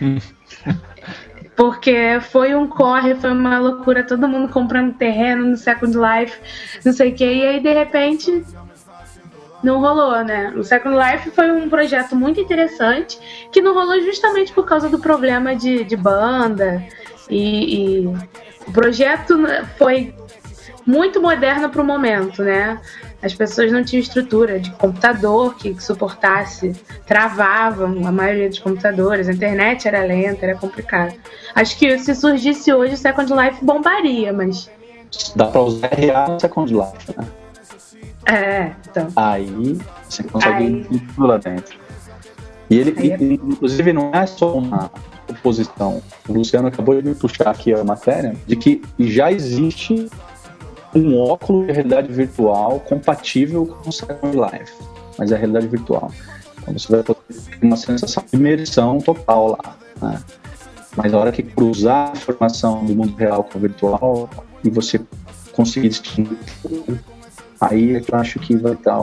Porque foi um corre, foi uma loucura, todo mundo comprando terreno no Second Life, não sei o que, e aí de repente não rolou, né? O Second Life foi um projeto muito interessante, que não rolou justamente por causa do problema de banda, e o projeto foi muito moderno para o momento, né? As pessoas não tinham estrutura de computador que suportasse, travavam a maioria dos computadores, a internet era lenta, era complicado. Acho que se surgisse hoje, o Second Life bombaria, mas... Dá para usar RA no Second Life, né? Então. Aí você consegue ir tudo lá dentro. E ele, inclusive, não é só suposição, o Luciano acabou de me puxar aqui a matéria, de que já existe um óculos de realidade virtual compatível com o Second Life, mas é realidade virtual. Então você vai poder ter uma sensação de imersão total lá, né? Mas na hora que cruzar a informação do mundo real com o virtual e você conseguir distinguir tudo, aí é que eu acho que vai estar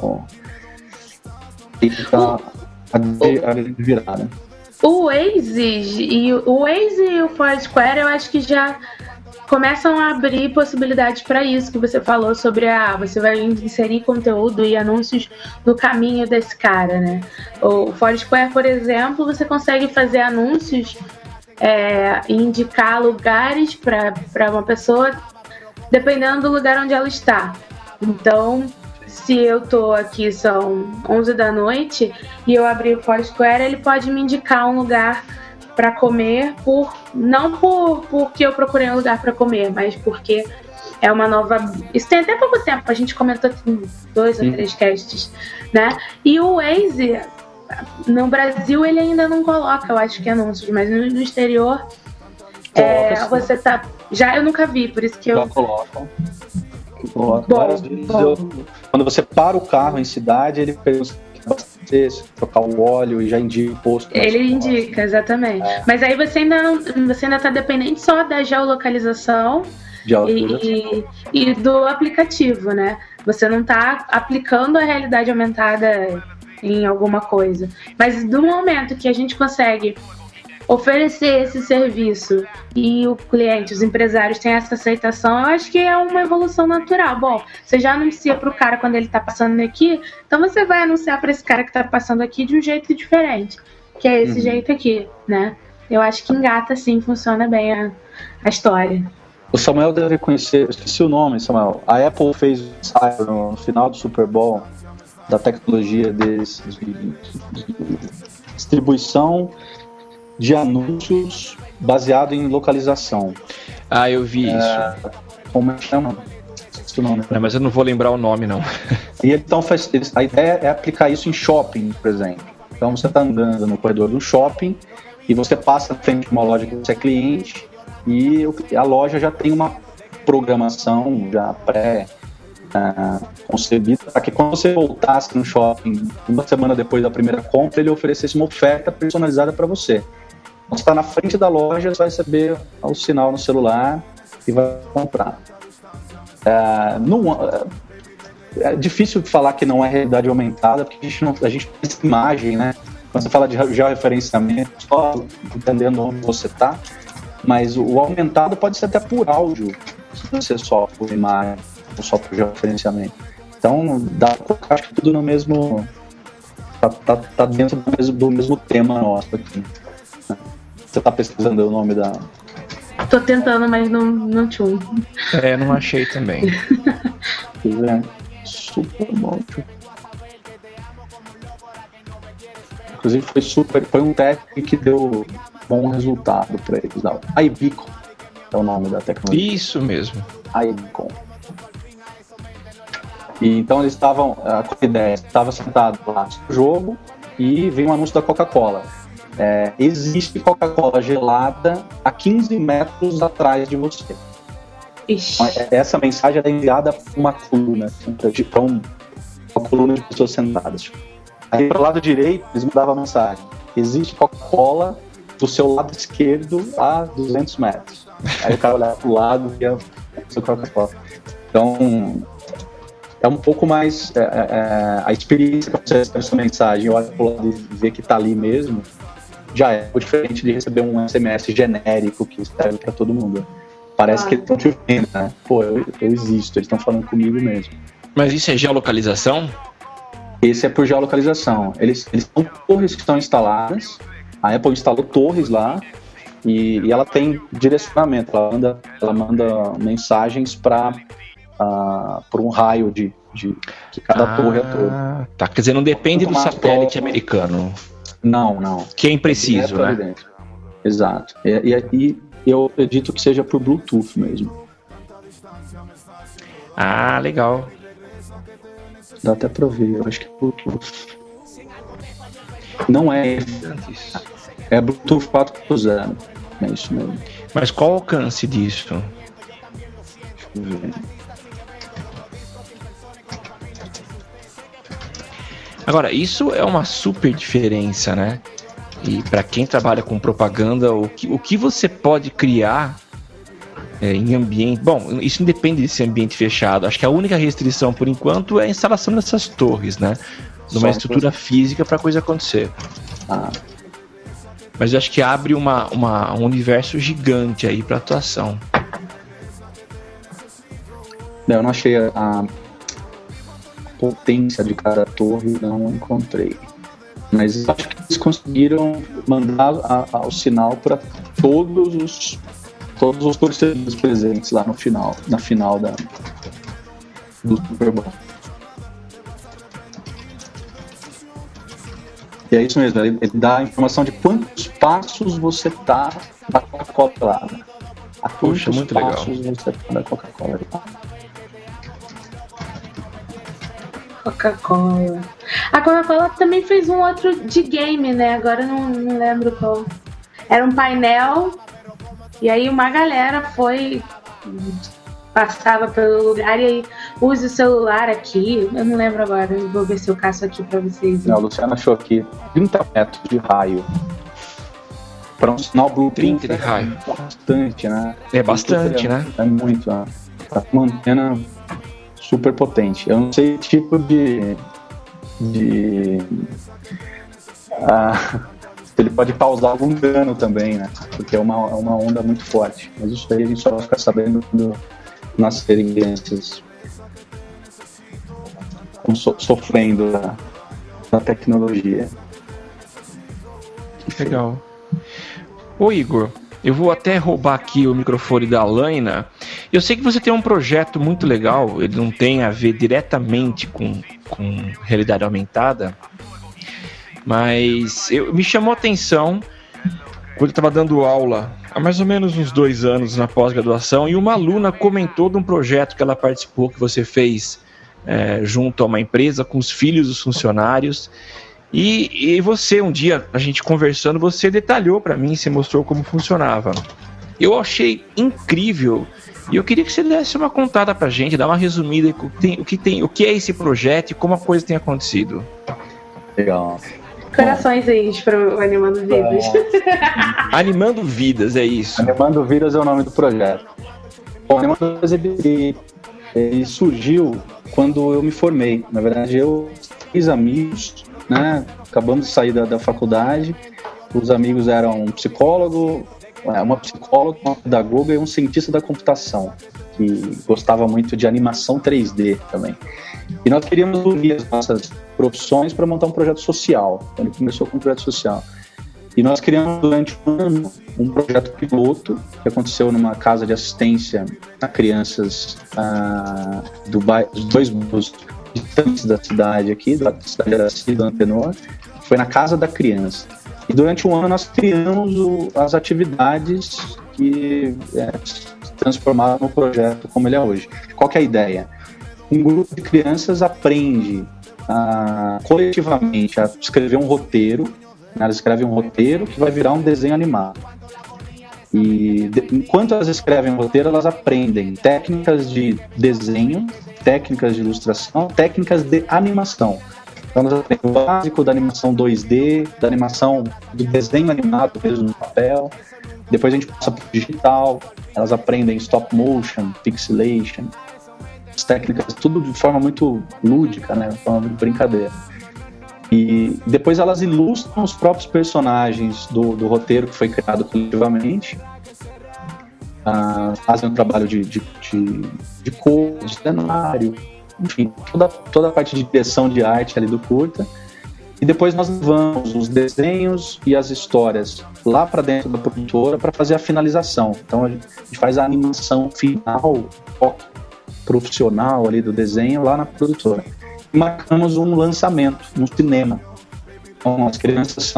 a virada. O Waze e o Foursquare, eu acho que já começam a abrir possibilidades para isso que você falou sobre você vai inserir conteúdo e anúncios no caminho desse cara, né? O Foursquare, por exemplo, você consegue fazer anúncios e indicar lugares para uma pessoa dependendo do lugar onde ela está. Então, se eu tô aqui, são 11 da noite, e eu abrir o Foursquare, ele pode me indicar um lugar para comer, não porque eu procurei um lugar para comer, mas porque é uma nova... Isso tem até pouco tempo, a gente comentou aqui em 2 ou 3 casts, né? E o Waze, no Brasil, ele ainda não coloca, eu acho que anúncios, mas no exterior, você tá... Já eu nunca vi, por isso que eu... Já colocam. Várias vezes quando você para o carro em cidade, ele pergunta se trocar o óleo e já indica o posto. Ele indica, exatamente. Mas aí você ainda está dependente só da geolocalização e do aplicativo, né? Você não está aplicando a realidade aumentada em alguma coisa. Mas do momento que a gente consegue oferecer esse serviço e o cliente, os empresários têm essa aceitação, eu acho que é uma evolução natural. Bom, você já anuncia para o cara quando ele está passando aqui, então você vai anunciar para esse cara que está passando aqui de um jeito diferente, que é esse jeito aqui, né? Eu acho que engata, sim, funciona bem a história. O Samuel deve conhecer, eu esqueci o nome, Samuel. A Apple fez um ensaio no final do Super Bowl da tecnologia deles de distribuição de anúncios baseado em localização. Eu vi isso. Como é que chama? Esqueci o nome. Mas eu não vou lembrar o nome, não. E então a ideia é aplicar isso em shopping, por exemplo. Então você está andando no corredor do shopping e você passa na frente de uma loja que você é cliente e a loja já tem uma programação já concebida para que quando você voltasse no shopping uma semana depois da primeira compra, ele oferecesse uma oferta personalizada para você. Você está na frente da loja, você vai receber o sinal no celular e vai comprar. É difícil falar que não é realidade aumentada, porque a gente pensa em imagem, né? Quando você fala de georreferenciamento, só entendendo onde você está, mas o aumentado pode ser até por áudio, se você só por imagem ou só por georreferenciamento. Então, dá para colocar acho que tudo no mesmo... Tá dentro do mesmo tema nosso aqui. Você tá pesquisando o nome da... Tô tentando, mas não tinha. Não achei também. Pois é. Super bom. Inclusive foi um teste que deu bom resultado para eles. A Ibicon é o nome da tecnologia. Isso mesmo. A Ibicon. E então eles estavam com a ideia, estava sentado lá no jogo e veio um anúncio da Coca-Cola. Existe Coca-Cola gelada a 15 metros atrás de você. Ixi. Essa mensagem é enviada para uma coluna, para uma coluna de pessoas sentadas. Aí para o lado direito eles mudavam a mensagem: existe Coca-Cola do seu lado esquerdo a 200 metros. Aí o cara olhava para o lado e ia para Coca-Cola. Então é um pouco mais a experiência que você recebe essa mensagem, olha para o lado e ver que está ali mesmo, já é diferente de receber um SMS genérico que serve para todo mundo. Parece que eles estão te vendo, né? Pô, eu existo, eles estão falando comigo mesmo. Mas isso é geolocalização? Esse é por geolocalização. Eles são torres que estão instaladas, a Apple instalou torres lá e ela tem direcionamento, ela manda mensagens para por um raio de que cada torre é torre. Tá, quer dizer, não depende do satélite americano. Não. Que é impreciso, né? Exato. E eu acredito que seja por Bluetooth mesmo. Legal. Dá até pra ver, eu acho que é Bluetooth. Não é. É Bluetooth 4.0. É isso mesmo. Mas qual o alcance disso? Deixa eu ver. Agora, isso é uma super diferença, né? E para quem trabalha com propaganda, o que você pode criar em ambiente... Bom, isso independe desse ambiente fechado. Acho que a única restrição, por enquanto, é a instalação dessas torres, né? De uma estrutura física para a coisa acontecer. Mas eu acho que abre um universo gigante aí para atuação. Eu não achei a potência de cada torre, não encontrei. Mas acho que eles conseguiram mandar o sinal para todos os torcedores presentes lá na final do Super Bowl. E é isso mesmo, ele dá a informação de quantos passos você tá da Coca-Cola lá. A Poxa, muito legal. Você tá da Coca-Cola lá. Coca-Cola. A Coca-Cola também fez um outro de game, né? Agora eu não lembro qual. Era um painel e aí uma galera passava pelo lugar e aí use o celular aqui. Eu não lembro agora, eu vou ver se eu caço aqui pra vocês. Não, a Luciana achou aqui 30 metros de raio. Para um sinal Bluetooth. 30 de raio. Bastante, né? É bastante, né? É muito, né? Tá com uma antena super potente. Eu não sei que tipo de ele pode causar algum dano também, né? Porque é uma onda muito forte. Mas isso aí a gente só vai ficar sabendo quando nascerem crianças sofrendo da tecnologia. Legal. Ô Igor, eu vou até roubar aqui o microfone da Alaina. Eu sei que você tem um projeto muito legal, ele não tem a ver diretamente com realidade aumentada, mas me chamou a atenção quando eu estava dando aula há mais ou menos uns 2 anos na pós-graduação, e uma aluna comentou de um projeto que ela participou, que você fez junto a uma empresa com os filhos dos funcionários. E você, um dia, a gente conversando, você detalhou para mim, você mostrou como funcionava. Eu achei incrível e eu queria que você desse uma contada pra gente, dar uma resumida o que é esse projeto e como a coisa tem acontecido. Legal. Corações para o Animando Vidas. Animando Vidas, é isso. Animando Vidas é o nome do projeto. Bom, Animando Vidas ele surgiu quando eu me formei. Na verdade, eu fiz amigos, né? Acabamos de sair da faculdade. Os amigos eram um psicólogo, uma psicóloga, uma pedagoga e um cientista da computação, que gostava muito de animação 3D também. E nós queríamos unir as nossas profissões para montar um projeto social. Então ele começou com um projeto social. E nós criamos durante um ano um projeto piloto que aconteceu numa casa de assistência a crianças dos 2 bairros distantes da cidade aqui, da cidade de Araci, do Antenor. Foi na casa da criança. E durante um ano nós criamos as atividades que se transformaram no projeto como ele é hoje. Qual que é a ideia? Um grupo de crianças aprende coletivamente a escrever um roteiro. Elas escrevem um roteiro que vai virar um desenho animado. E enquanto elas escrevem o roteiro, elas aprendem técnicas de desenho, técnicas de ilustração, técnicas de animação. Então elas aprendem o básico da animação 2D, da animação do desenho animado mesmo no papel. Depois a gente passa para o digital, elas aprendem stop motion, pixelation, as técnicas, tudo de forma muito lúdica, né? De forma muito brincadeira. E depois elas ilustram os próprios personagens do roteiro que foi criado coletivamente, fazem um trabalho de cor, de cenário, enfim, toda a parte de direção de arte ali do curta. E depois nós levamos os desenhos e as histórias lá para dentro da produtora para fazer a finalização. Então a gente faz a animação final, profissional ali do desenho lá na produtora. E marcamos um lançamento no cinema. Então as crianças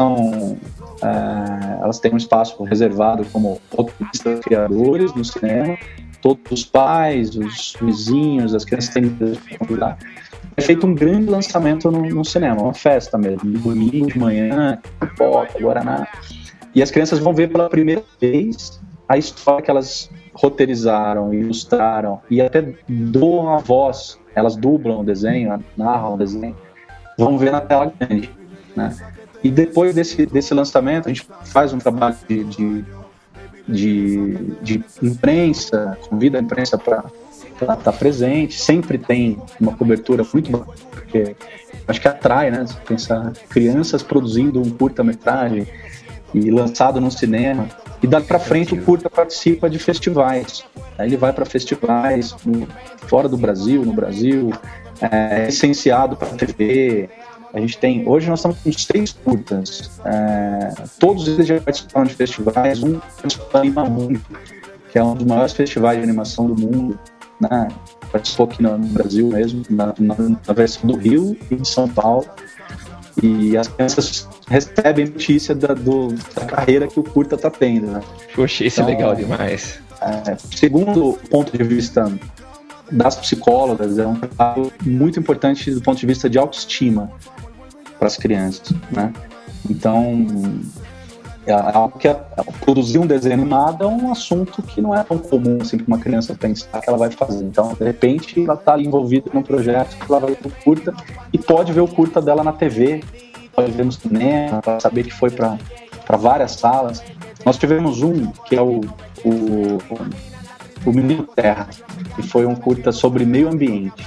elas têm um espaço reservado como roteiristas criadores no cinema. Todos os pais, os vizinhos, as crianças têm que convidar. É feito um grande lançamento no cinema, uma festa mesmo, domingo de manhã, pipoca, guaraná. E as crianças vão ver pela primeira vez a história que elas roteirizaram, ilustraram e até doam a voz. Elas dublam o desenho, narram o desenho, vão ver na tela grande, né? E depois desse lançamento, a gente faz um trabalho de imprensa, convida a imprensa para estar presente. Sempre tem uma cobertura muito bacana, porque acho que atrai, né? Você pensar crianças produzindo um curta-metragem e lançado no cinema. E dali para frente o curta participa de festivais. Aí ele vai para festivais fora do Brasil, no Brasil, é licenciado para TV. Hoje nós estamos com 6 curtas. Todos eles já participaram de festivais. Um Anima Mundo, que é um dos maiores festivais de animação do mundo, né? Participou aqui no Brasil mesmo, na versão do Rio e de São Paulo. E as crianças recebem notícia da carreira que o curta está tendo, né? Poxa, isso então, é legal demais. Segundo ponto de vista das psicólogas, é um trabalho muito importante do ponto de vista de autoestima para as crianças, né? Então, algo que produzir um desenho animado é um assunto que não é tão comum assim para uma criança pensar que ela vai fazer. Então, de repente, ela está envolvida num projeto que ela vai ver o curta e pode ver o curta dela na TV, pode ver no cinema, para saber que foi para várias salas. Nós tivemos um que é o Menino Terra, que foi um curta sobre meio ambiente.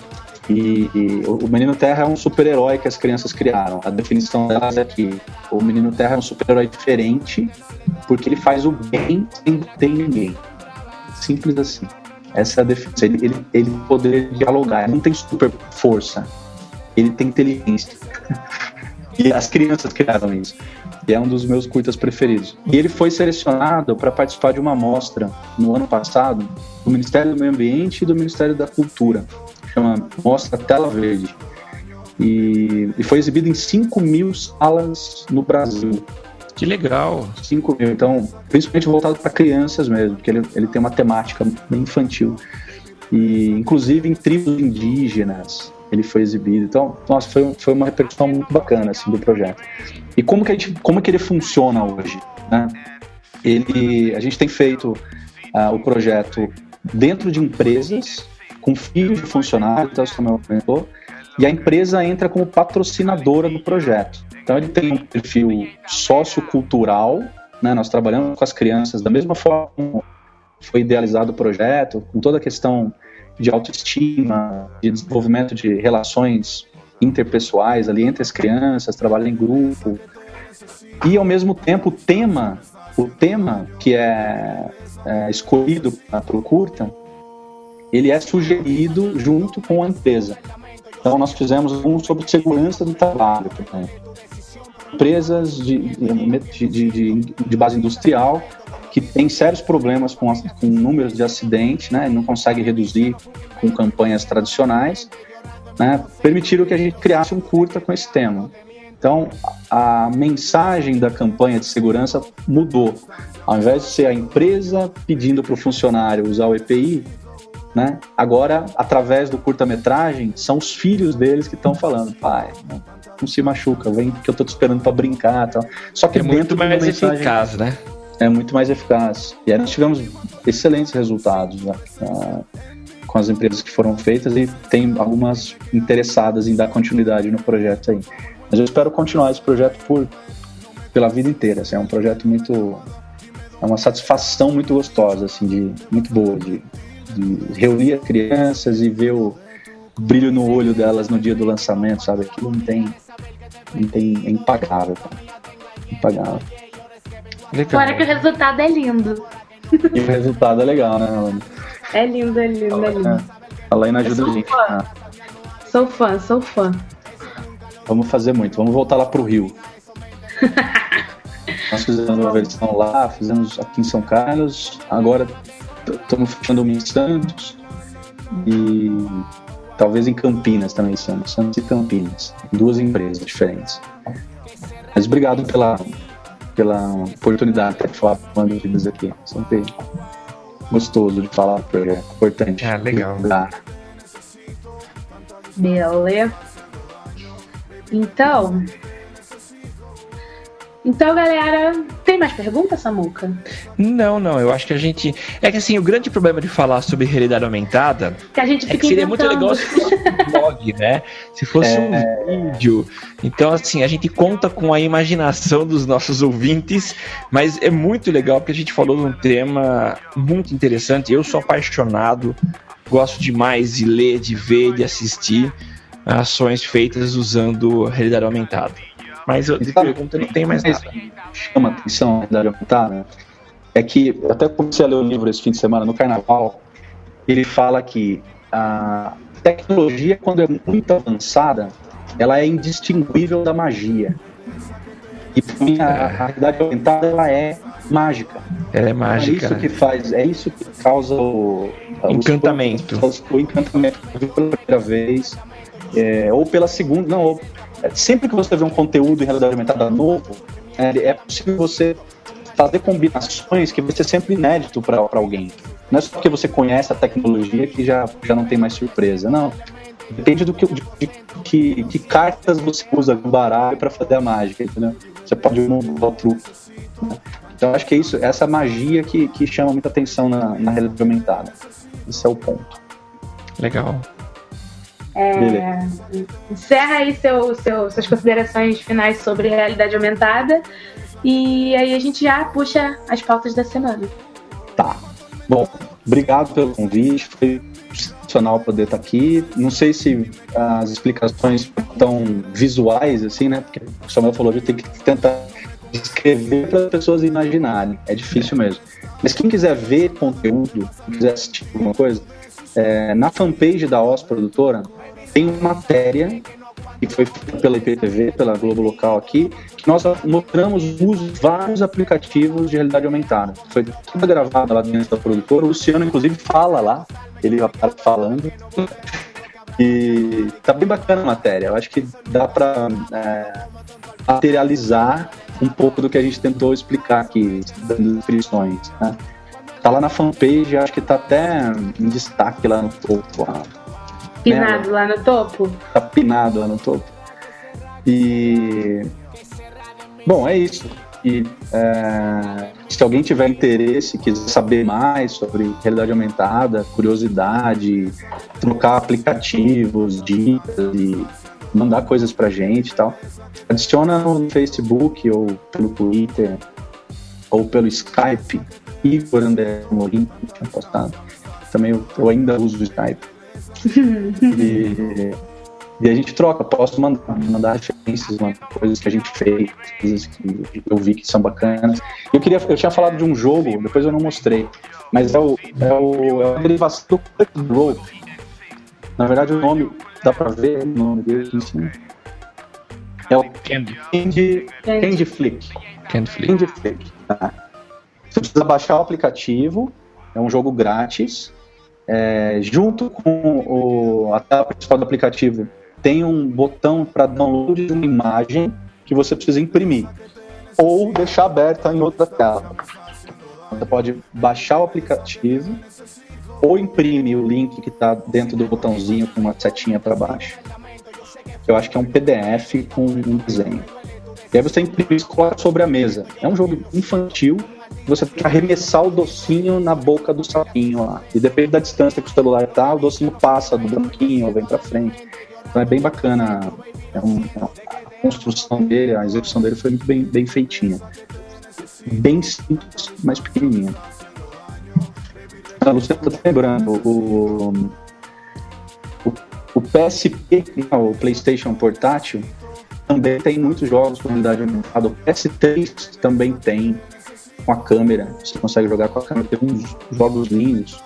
E o Menino Terra é um super-herói que as crianças criaram. A definição delas é que o Menino Terra é um super-herói diferente porque ele faz o bem sem ter ninguém. Simples assim. Essa é a definição. Ele poder dialogar. Ele não tem super força. Ele tem inteligência. E as crianças criaram isso. E é um dos meus curtas preferidos. E ele foi selecionado para participar de uma mostra no ano passado do Ministério do Meio Ambiente e do Ministério da Cultura. Chama Mostra Tela Verde. E foi exibido em 5.000 salas no Brasil. Que legal! 5.000. Então, principalmente voltado para crianças mesmo, porque ele tem uma temática bem infantil. E, inclusive, em tribos indígenas, ele foi exibido. Então, nossa, foi uma repercussão muito bacana assim, do projeto. E como que ele funciona hoje, né? A gente tem feito o projeto dentro de empresas, com filhos de funcionários, então, como eu comentou, e a empresa entra como patrocinadora do projeto. Então ele tem um perfil sociocultural, né? Nós trabalhamos com as crianças da mesma forma como foi idealizado o projeto, com toda a questão de autoestima, de desenvolvimento de relações interpessoais ali entre as crianças, trabalho em grupo. E ao mesmo tempo o tema que é escolhido para o curta, ele é sugerido junto com a empresa. Então nós fizemos um sobre segurança do trabalho, por exemplo. Empresas de base industrial que têm sérios problemas com números de acidentes, né, e não conseguem reduzir com campanhas tradicionais, né, permitiram que a gente criasse um curta com esse tema. Então, a mensagem da campanha de segurança mudou. Ao invés de ser a empresa pedindo para o funcionário usar o EPI, né, agora, através do curta-metragem, são os filhos deles que estão falando: pai, não se machuca, vem que eu estou te esperando para brincar. Tal. Só que é muito mais eficaz, né? É muito mais eficaz. E aí nós tivemos excelentes resultados, né, com as empresas que foram feitas, e tem algumas interessadas em dar continuidade no projeto aí. Mas eu espero continuar esse projeto pela vida inteira. Assim, é um projeto é uma satisfação muito gostosa, assim, muito boa de reunir as crianças e ver o brilho no olho delas no dia do lançamento, sabe? Aquilo é impagável. Impagável. Legal. Fora que o resultado é lindo. E o resultado é legal, né, Alaine? É lindo, é lindo, é lindo. A Alaine ajuda a gente. Sou fã. Vamos fazer muito. Vamos voltar lá pro Rio. Nós fizemos uma versão lá, fizemos aqui em São Carlos. Agora estamos fechando uma em Santos. E talvez em Campinas também, Santos e Campinas. 2 empresas diferentes. Mas obrigado pela oportunidade de falar com as vidas aqui. Sempre gostoso de falar, porque é importante. Ah, legal. Beleza. Então, Então, galera, tem mais perguntas, Samuca? Não, eu acho que a gente... É que assim, o grande problema de falar sobre realidade aumentada que a gente fica seria muito legal se fosse um blog, né? Se fosse um vídeo. Então, assim, a gente conta com a imaginação dos nossos ouvintes, mas é muito legal porque a gente falou de um tema muito interessante. Eu sou apaixonado, gosto demais de ler, de ver, de assistir ações feitas usando realidade aumentada. Mas eu de pergunta não tem mais nada. Chama atenção a realidade aumentada é que, eu até comecei a ler o livro esse fim de semana, no Carnaval, ele fala que a tecnologia, quando é muito avançada, ela é indistinguível da magia. E para mim, a realidade aumentada, ela é mágica. Ela é mágica. É isso que faz, é isso que causa o encantamento. O encantamento pela primeira vez, ou pela segunda, não, sempre que você vê um conteúdo em realidade aumentada novo, é possível você fazer combinações que vai ser sempre inédito para alguém. Não é só porque você conhece a tecnologia que já não tem mais surpresa, não. Depende de que cartas você usa no baralho para fazer a mágica, entendeu? Você pode mudar o truque, né? Então acho que é isso, essa magia que chama muita atenção na realidade aumentada. Esse é o ponto. Legal. Encerra aí suas considerações finais sobre realidade aumentada e aí a gente já puxa as pautas da semana. Tá. Bom, obrigado pelo convite, foi sensacional poder estar aqui. Não sei se as explicações estão visuais, assim, né? Porque o Samuel falou que tem que tentar descrever para as pessoas imaginarem. É difícil mesmo. Mas quem quiser ver conteúdo, quiser assistir alguma coisa, na fanpage da OS Produtora tem uma matéria que foi feita pela IPTV, pela Globo Local aqui, que nós mostramos o uso de vários aplicativos de realidade aumentada. Foi toda gravada lá dentro da produtora, o Luciano inclusive fala lá, ele aparece falando, e tá bem bacana a matéria. Eu acho que dá para materializar um pouco do que a gente tentou explicar aqui, dando descrições, né? Tá lá na fanpage, acho que tá até em destaque lá no topo. Pinado lá no topo? Tá pinado lá no topo. E... Bom, é isso. E se alguém tiver interesse, quiser saber mais sobre realidade aumentada, curiosidade, trocar aplicativos, dicas e mandar coisas pra gente e tal, adiciona no Facebook ou pelo Twitter ou pelo Skype. Igor André Morim, que tinha postado. Também eu ainda uso o Skype. E a gente troca, posso mandar referências, coisas que a gente fez, coisas que eu vi que são bacanas. Eu tinha falado de um jogo, depois eu não mostrei, mas é a derivação do Cut Rope. Na verdade o nome, dá pra ver o nome dele em cima. É o Candy Flick. Candy Flick, tá. Você precisa baixar o aplicativo, é um jogo grátis. Junto com a tela principal do aplicativo, tem um botão para download de uma imagem que você precisa imprimir ou deixar aberta em outra tela. Você pode baixar o aplicativo ou imprimir o link que está dentro do botãozinho com uma setinha para baixo. Eu acho que é um PDF com um desenho. E aí você imprime e coloca sobre a mesa. É um jogo infantil. Você tem que arremessar o docinho na boca do sapinho lá. E depende da distância que o celular tá, o docinho passa do branquinho ou vem pra frente. Então é bem bacana. A construção dele, a execução dele foi muito bem feitinha. Bem simples, mas pequenininha. A Luciana tá lembrando, o PSP, o PlayStation Portátil, também tem muitos jogos com realidade aumentada. O PS3 também tem, com a câmera, você consegue jogar com a câmera, tem uns jogos lindos.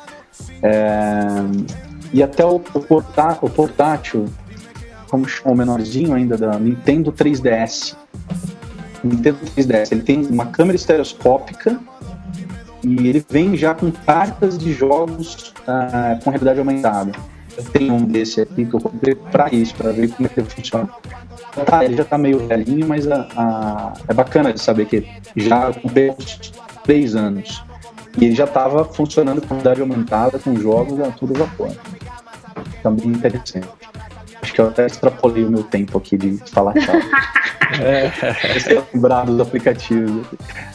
E até o portátil, como chama o menorzinho ainda, da Nintendo 3DS. Nintendo 3DS, ele tem uma câmera estereoscópica e ele vem já com cartas de jogos com realidade aumentada. Eu tenho um desse aqui que eu comprei para isso, para ver como é que ele funciona. Ele já tá meio velhinho, mas é bacana de saber que já comprei há uns 3 anos. E ele já estava funcionando com realidade aumentada, com jogos a tudo vapor. Também interessante. Acho que eu até extrapolei o meu tempo aqui de falar tchau. Esse é lembrar dos aplicativos.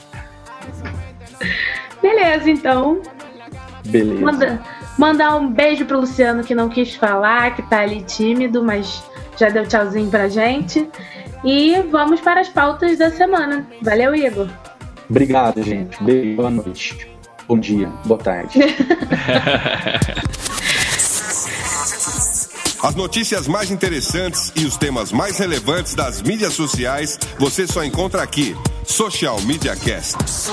Beleza, então. Beleza. Mandar um beijo pro Luciano, que não quis falar, que tá ali tímido, mas já deu tchauzinho pra gente. E vamos para as pautas da semana. Valeu, Igor. Obrigado, gente. Beijo, boa noite. Bom dia, boa tarde. As notícias mais interessantes e os temas mais relevantes das mídias sociais você só encontra aqui. Social Media Cast.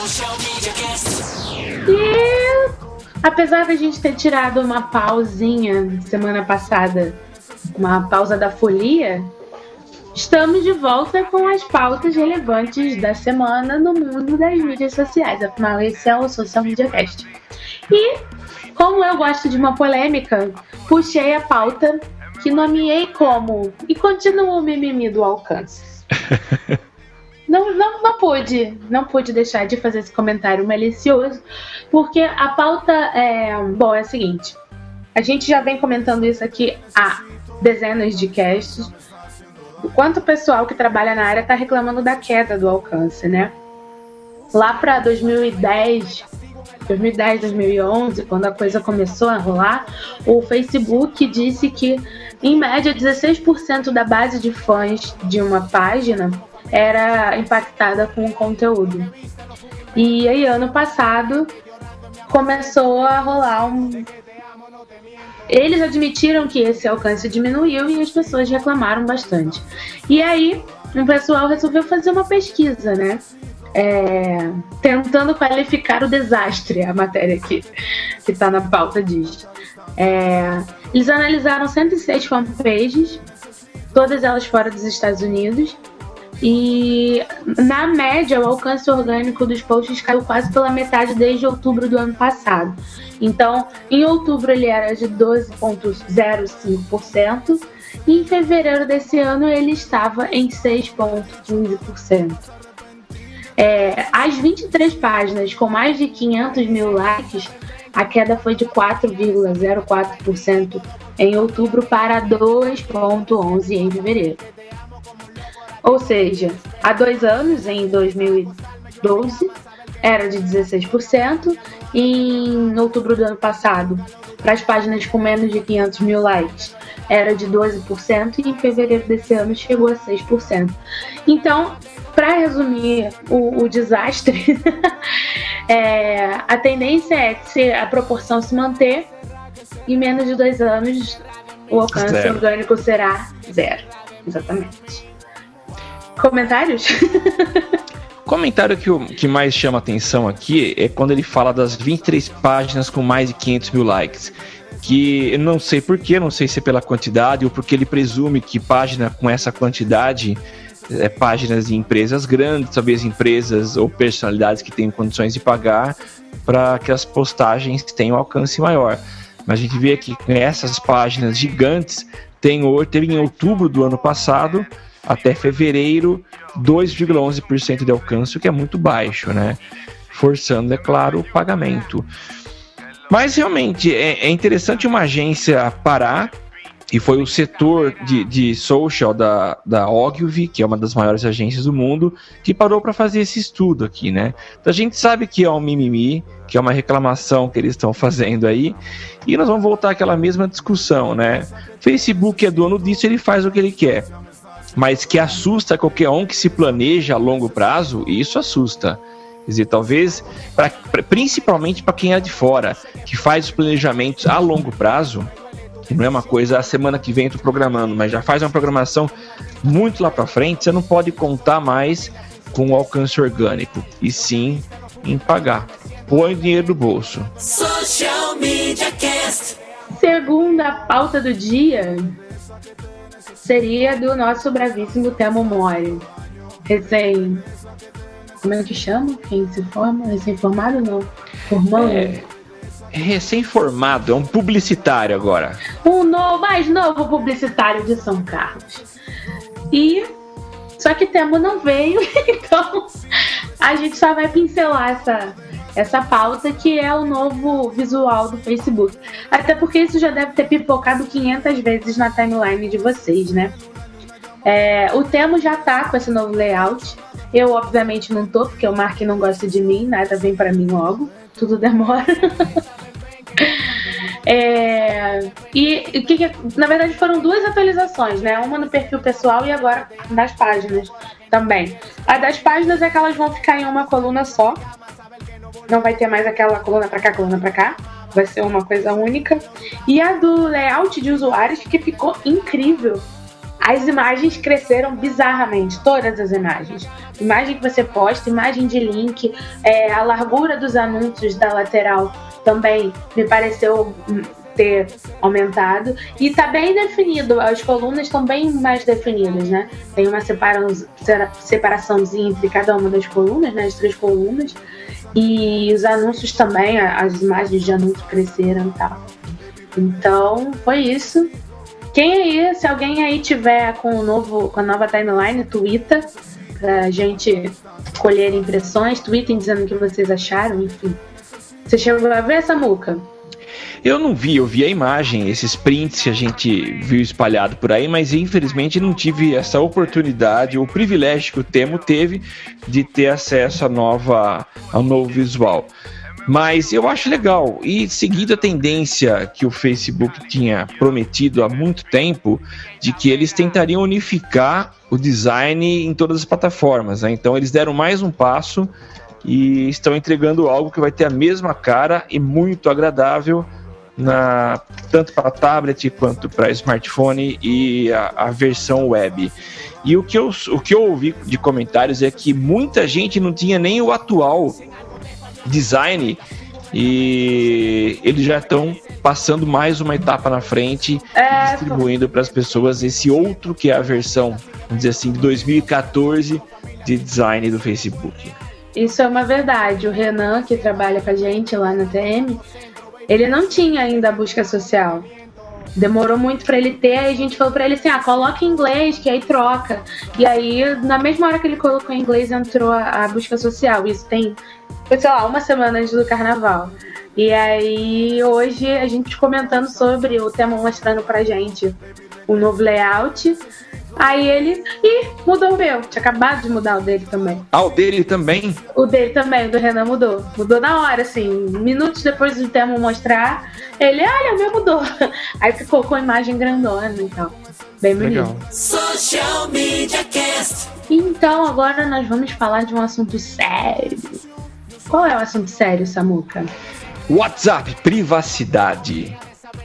E apesar da gente ter tirado uma pausinha semana passada, uma pausa da folia, estamos de volta com as pautas relevantes da semana no mundo das mídias sociais. Afinal, esse é o Social Media Cast. E, como eu gosto de uma polêmica, puxei a pauta que nomeei como "E continua o mimimi do alcance". Não pude deixar de fazer esse comentário malicioso, porque a pauta é a seguinte. A gente já vem comentando isso aqui há dezenas de casts. O quanto o pessoal que trabalha na área está reclamando da queda do alcance, né? Lá para 2010, 2011, quando a coisa começou a rolar, o Facebook disse que, em média, 16% da base de fãs de uma página era impactada com o conteúdo. E aí, ano passado, começou a rolar Eles admitiram que esse alcance diminuiu e as pessoas reclamaram bastante. E aí, o pessoal resolveu fazer uma pesquisa, né? Tentando qualificar o desastre, a matéria que está na pauta diz. Eles analisaram 106 fanpages, todas elas fora dos Estados Unidos, e na média o alcance orgânico dos posts caiu quase pela metade desde outubro do ano passado. Então, em outubro ele era de 12,05% e em fevereiro desse ano ele estava em 6,15%. As 23 páginas com mais de 500 mil likes, a queda foi de 4,04% em outubro para 2,11% em fevereiro. Ou seja, há 2 anos, em 2012, era de 16%, e em outubro do ano passado, para as páginas com menos de 500 mil likes, era de 12%, e em fevereiro desse ano chegou a 6%. Então, para resumir o desastre, a tendência é que a proporção se manter, em menos de 2 anos o alcance orgânico será 0. Exatamente. Comentários? Comentário que mais chama atenção aqui é quando ele fala das 23 páginas com mais de 500 mil likes. Que eu não sei porquê, não sei se é pela quantidade ou porque ele presume que página com essa quantidade páginas de empresas grandes, talvez empresas ou personalidades que tenham condições de pagar para que as postagens tenham alcance maior. Mas a gente vê aqui que essas páginas gigantes teve em outubro do ano passado até fevereiro 2,11% de alcance, o que é muito baixo, né? Forçando, é claro, o pagamento. Mas realmente é interessante uma agência parar, e foi o setor de social da Ogilvy, que é uma das maiores agências do mundo, que parou para fazer esse estudo aqui, né? Então a gente sabe que é um mimimi, que é uma reclamação que eles estão fazendo aí, e nós vamos voltar àquela mesma discussão, né? Facebook é dono disso, ele faz o que ele quer. Mas que assusta qualquer um que se planeja a longo prazo, isso assusta. Quer dizer, talvez, principalmente para quem é de fora, que faz os planejamentos a longo prazo, que não é uma coisa, a semana que vem eu tô programando, mas já faz uma programação muito lá para frente, você não pode contar mais com o alcance orgânico, e sim em pagar. Põe o dinheiro no bolso. Social Media Cast. Segunda pauta do dia seria do nosso bravíssimo Temo Mori. Como é que chama? Quem se forma? Recém-formado não? Formando? Recém-formado, é um publicitário agora. Mais novo publicitário de São Carlos. Só que Temo não veio, então a gente só vai pincelar essa pauta, que é o novo visual do Facebook. Até porque isso já deve ter pipocado 500 vezes na timeline de vocês, né? O Temo já tá com esse novo layout. Eu, obviamente, não tô, porque o Mark não gosta de mim, nada vem pra mim logo, tudo demora. Na verdade, foram 2 atualizações, né? Uma no perfil pessoal e agora das páginas também. A das páginas é que elas vão ficar em uma coluna só. Não vai ter mais aquela coluna pra cá, coluna pra cá. Vai ser uma coisa única. E a do layout de usuários, que ficou incrível. As imagens cresceram bizarramente, todas as imagens. Imagem que você posta, imagem de link, a largura dos anúncios da lateral também me pareceu ter aumentado. E tá bem definido, as colunas estão bem mais definidas, né? Tem uma separaçãozinha entre cada uma das colunas, né? As 3 colunas. E os anúncios também, as imagens de anúncio cresceram e tal. Então, foi isso. Se alguém aí tiver com a nova timeline, twitta pra gente colher impressões, tweetem dizendo o que vocês acharam, enfim. Você chegou a ver, Samuca? Eu não vi, eu vi a imagem, esses prints que a gente viu espalhado por aí, mas infelizmente não tive essa oportunidade, o privilégio que o Temo teve de ter acesso ao novo visual. Mas eu acho legal, e seguindo a tendência que o Facebook tinha prometido há muito tempo, de que eles tentariam unificar o design em todas as plataformas, né? Então eles deram mais um passo e estão entregando algo que vai ter a mesma cara e muito agradável, tanto para tablet quanto para smartphone e a versão web. E o que eu ouvi de comentários é que muita gente não tinha nem o atual design e eles já estão passando mais uma etapa na frente e distribuindo para as pessoas esse outro que é a versão, vamos dizer assim, de 2014 de design do Facebook. Isso é uma verdade. O Renan, que trabalha com a gente lá na TM, ele não tinha ainda a busca social. Demorou muito pra ele ter, aí a gente falou pra ele assim, coloca em inglês, que aí troca. E aí, na mesma hora que ele colocou em inglês, entrou a busca social. Isso foi, sei lá, uma semana antes do carnaval. E aí, hoje, a gente comentando sobre o Temo mostrando pra gente o novo layout. Aí ele, mudou o meu. Tinha acabado de mudar o dele também. O dele também? O dele também, o do Renan mudou. Mudou na hora, assim, minutos depois do Temo mostrar. Ele, o meu mudou. Aí ficou com a imagem grandona e tal. Bem bonito. Legal. Social Media Cast. Então, agora nós vamos falar de um assunto sério. Qual é o assunto sério, Samuca? WhatsApp, privacidade.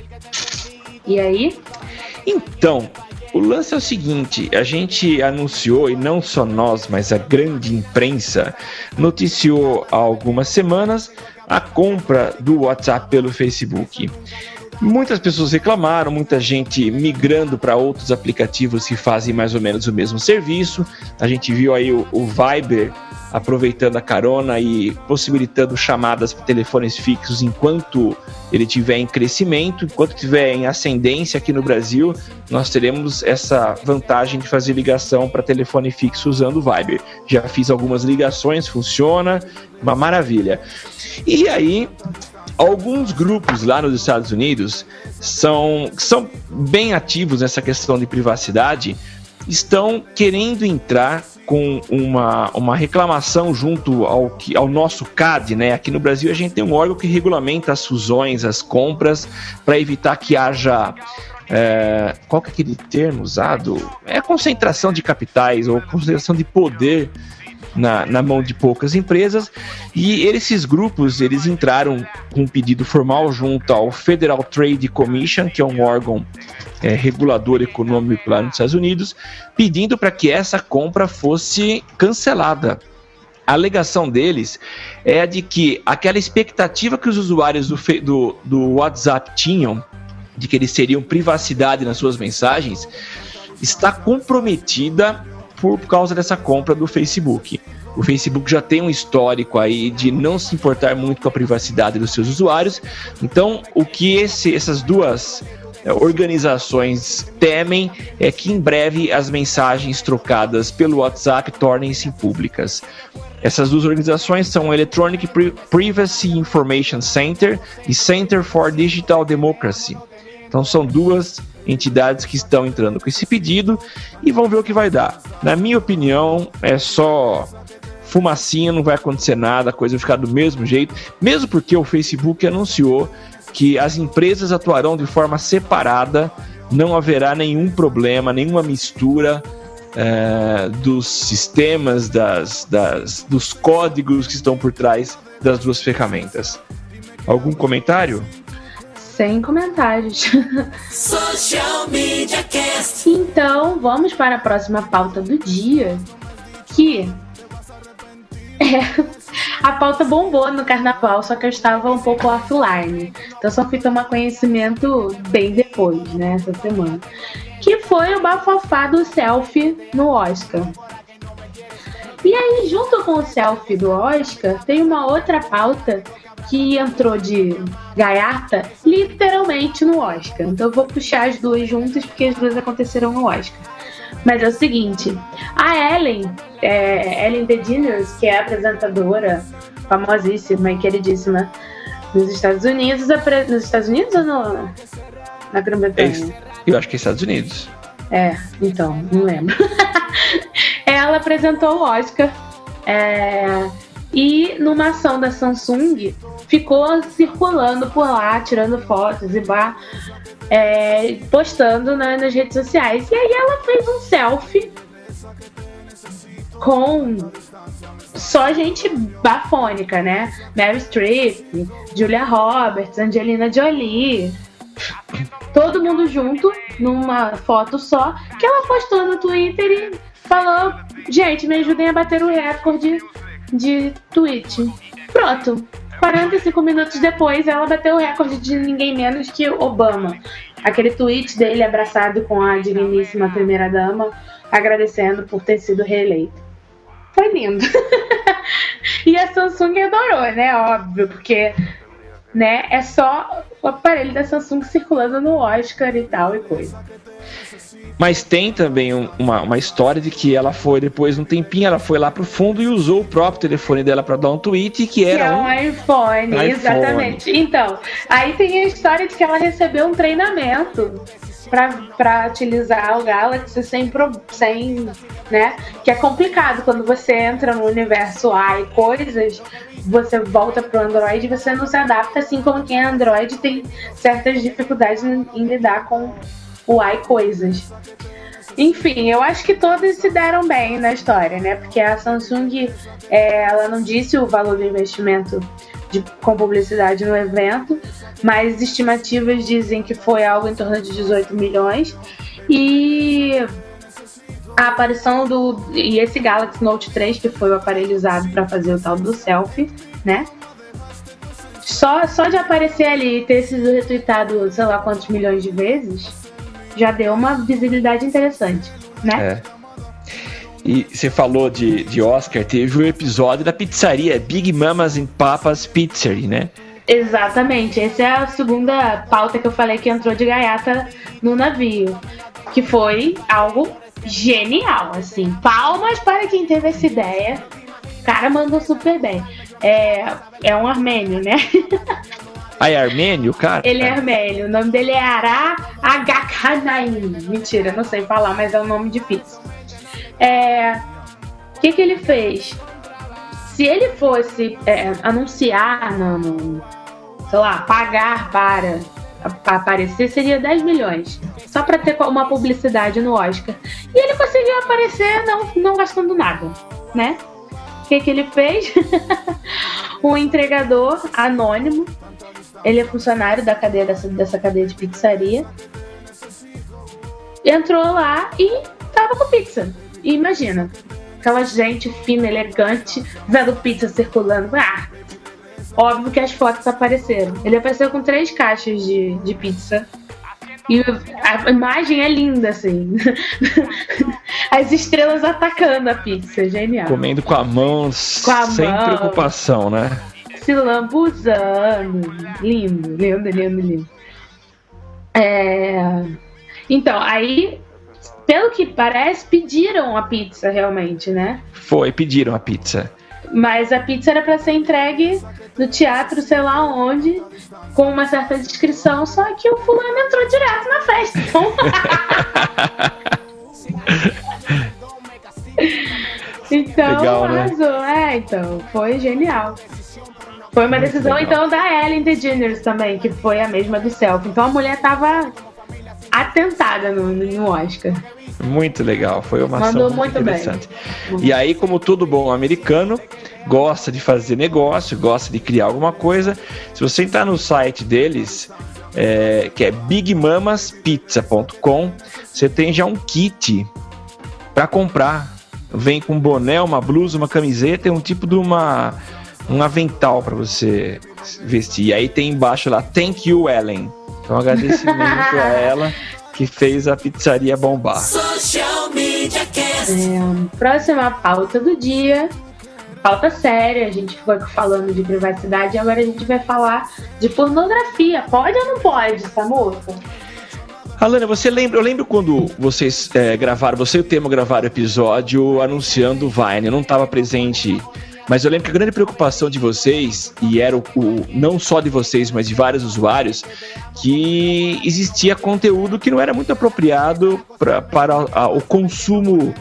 E aí? Então, o lance é o seguinte, a gente anunciou, e não só nós, mas a grande imprensa, noticiou há algumas semanas a compra do WhatsApp pelo Facebook. Muitas pessoas reclamaram, muita gente migrando para outros aplicativos que fazem mais ou menos o mesmo serviço. A gente viu aí o Viber aproveitando a carona e possibilitando chamadas para telefones fixos enquanto ele estiver em crescimento, enquanto estiver em ascendência aqui no Brasil, nós teremos essa vantagem de fazer ligação para telefone fixo usando o Viber. Já fiz algumas ligações, funciona, uma maravilha. E aí, alguns grupos lá nos Estados Unidos são bem ativos nessa questão de privacidade, estão querendo entrar com uma reclamação junto ao nosso CAD, né? Aqui no Brasil a gente tem um órgão que regulamenta as fusões, as compras, para evitar que haja... qual que é aquele termo usado? É concentração de capitais ou concentração de poder na mão de poucas empresas, e esses grupos eles entraram com um pedido formal junto ao Federal Trade Commission, que é um órgão regulador econômico lá nos Estados Unidos, pedindo para que essa compra fosse cancelada. A alegação deles é a de que aquela expectativa que os usuários do WhatsApp tinham, de que eles teriam privacidade nas suas mensagens, está comprometida por causa dessa compra do Facebook. O Facebook já tem um histórico aí de não se importar muito com a privacidade dos seus usuários. Então, o que essas duas organizações temem é que em breve as mensagens trocadas pelo WhatsApp tornem-se públicas. Essas duas organizações são o Electronic Privacy Information Center e Center for Digital Democracy. Então são duas entidades que estão entrando com esse pedido e vamos ver o que vai dar. Na minha opinião, é só fumacinha, não vai acontecer nada, a coisa vai ficar do mesmo jeito, mesmo porque o Facebook anunciou que as empresas atuarão de forma separada, não haverá nenhum problema, nenhuma mistura dos sistemas, dos códigos que estão por trás das duas ferramentas. Algum comentário? Sem comentários. Social Media Cast. Então, vamos para a próxima pauta do dia, que a pauta bombou no carnaval, só que eu estava um pouco offline. Então só fui tomar conhecimento bem depois, né, essa semana. Que foi o bafafá do selfie no Oscar. E aí, junto com o selfie do Oscar, tem uma outra pauta que entrou de gaiata literalmente no Oscar. Então eu vou puxar as duas juntas porque as duas aconteceram no Oscar. Mas é o seguinte, a Ellen DeGeneres, que é apresentadora famosíssima e queridíssima nos Estados Unidos, nos Estados Unidos ou na Grã-Bretanha? Eu acho que é Estados Unidos. Então, não lembro. Ela apresentou o Oscar e numa ação da Samsung ficou circulando por lá, tirando fotos e postando nas redes sociais. E aí ela fez um selfie com só gente bafônica, né? Meryl Streep, Julia Roberts, Angelina Jolie, todo mundo junto numa foto só, que ela postou no Twitter e falou: gente, me ajudem a bater o recorde de tweet. Pronto. 45 minutos depois, ela bateu o recorde de ninguém menos que Obama. Aquele tweet dele abraçado com a digníssima primeira-dama, agradecendo por ter sido reeleito. Foi lindo. E a Samsung adorou, né? Óbvio, porque né, é só o aparelho da Samsung circulando no Oscar e tal e coisa. Mas tem também uma história de que ela foi, depois de um tempinho, ela foi lá pro fundo e usou o próprio telefone dela para dar um tweet que era um iPhone, exatamente. Então, aí tem a história de que ela recebeu um treinamento para utilizar o Galaxy sem, né? Que é complicado quando você entra no universo A e coisas, você volta pro Android e você não se adapta, assim como quem é Android tem certas dificuldades em lidar com o A e coisas. Enfim, eu acho que todos se deram bem na história, né? Porque a Samsung, ela não disse o valor do investimento com publicidade no evento, mas estimativas dizem que foi algo em torno de 18 milhões. E a aparição e esse Galaxy Note 3, que foi o aparelho usado para fazer o tal do selfie, né? Só de aparecer ali e ter sido retweetado sei lá quantos milhões de vezes, já deu uma visibilidade interessante, né? E você falou de Oscar, teve um episódio da pizzaria Big Mamas and Papas Pizzeria, né? Exatamente, essa é a segunda pauta que eu falei que entrou de gaiata no navio, que foi algo genial, assim, palmas para quem teve essa ideia, o cara mandou super bem, é um armênio, né? É armênio, cara? Ele é armênio, o nome dele é Ara Agakanaim, mentira, não sei falar, mas é um nome difícil. O que ele fez? Se ele fosse anunciar, sei lá, pagar para aparecer, seria 10 milhões. Só para ter uma publicidade no Oscar. E ele conseguiu aparecer não gastando nada, né? O que ele fez? Um entregador anônimo, ele é funcionário da cadeia dessa cadeia de pizzaria, entrou lá e tava com pizza. E imagina, aquela gente fina, elegante, vendo pizza circulando. Óbvio que as fotos apareceram. Ele apareceu com 3 caixas de pizza. E a imagem é linda, assim. As estrelas atacando a pizza, genial. Comendo com a mão, sem preocupação, né? Se lambuzando. Lindo. Então, aí, pelo que parece, pediram a pizza realmente, né? Pediram a pizza. Mas a pizza era pra ser entregue no teatro, sei lá onde, com uma certa descrição, só que o fulano entrou direto na festa. Então, legal, né? Então, foi genial. Foi uma decisão, então, da Ellen DeGeneres também, que foi a mesma do Selfie. Então a mulher tava atentada no Oscar. Muito legal, foi uma Mandou ação muito interessante. Bem. E aí, como todo bom americano, gosta de fazer negócio, gosta de criar alguma coisa. Se você entrar no site deles, que é bigmamaspizza.com, você tem já um kit para comprar. Vem com um boné, uma blusa, uma camiseta e um tipo de um avental para você vestir. E aí tem embaixo lá, thank you, Ellen. Então agradecimento a ela que fez a pizzaria bombar. Social Media Cast. Próxima pauta do dia. Pauta séria, a gente ficou aqui falando de privacidade, agora a gente vai falar de pornografia. Pode ou não pode, Samuca? Alana, eu lembro quando vocês gravaram, você e o Temo gravaram o episódio anunciando o Vine. Eu não estava presente, mas eu lembro que a grande preocupação de vocês, e era não só de vocês, mas de vários usuários, que existia conteúdo que não era muito apropriado para o consumo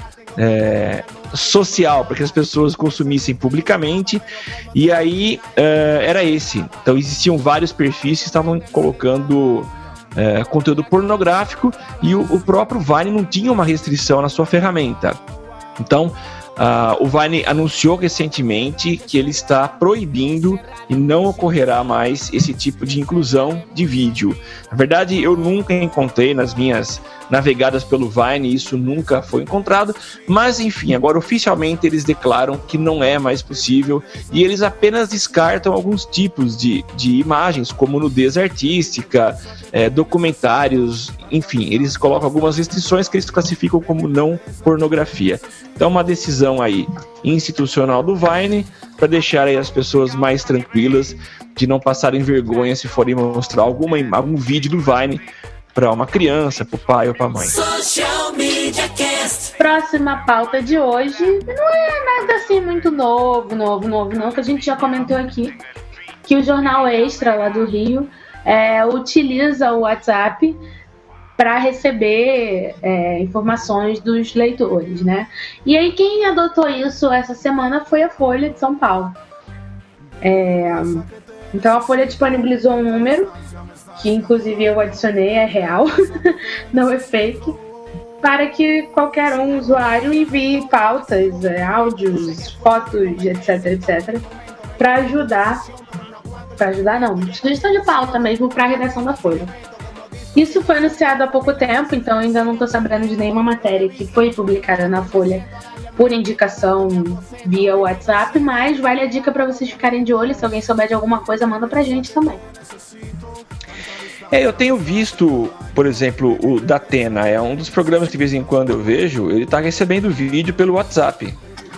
social, para que as pessoas consumissem publicamente, e aí era esse. Então existiam vários perfis que estavam colocando conteúdo pornográfico, e o próprio Vine não tinha uma restrição na sua ferramenta. Então o Vine anunciou recentemente que ele está proibindo e não ocorrerá mais esse tipo de inclusão de vídeo. Na verdade, eu nunca encontrei nas minhas navegadas pelo Vine, isso nunca foi encontrado, mas enfim, agora oficialmente eles declaram que não é mais possível, e eles apenas descartam alguns tipos de imagens, como nudez artística, documentários, enfim, eles colocam algumas restrições que eles classificam como não pornografia. Então, uma decisão aí institucional do Vine para deixar aí as pessoas mais tranquilas, de não passarem vergonha se forem mostrar algum vídeo do Vine para uma criança, para o pai ou para a mãe. Social Media Cast. Próxima pauta de hoje não é nada assim muito novo, não, que a gente já comentou aqui, que o Jornal Extra lá do Rio utiliza o WhatsApp para receber informações dos leitores, né? E aí quem adotou isso essa semana foi a Folha de São Paulo. Então a Folha disponibilizou um número, que inclusive eu adicionei, é real, não é fake, para que qualquer usuário envie pautas, áudios, fotos, etc, para ajudar não, sugestão de pauta mesmo para a redação da Folha. Isso foi anunciado há pouco tempo, então ainda não estou sabendo de nenhuma matéria que foi publicada na Folha por indicação via WhatsApp, mas vale a dica para vocês ficarem de olho. Se alguém souber de alguma coisa, manda pra gente também. Eu tenho visto, por exemplo, o Datena, é um dos programas que de vez em quando eu vejo, ele tá recebendo vídeo pelo WhatsApp.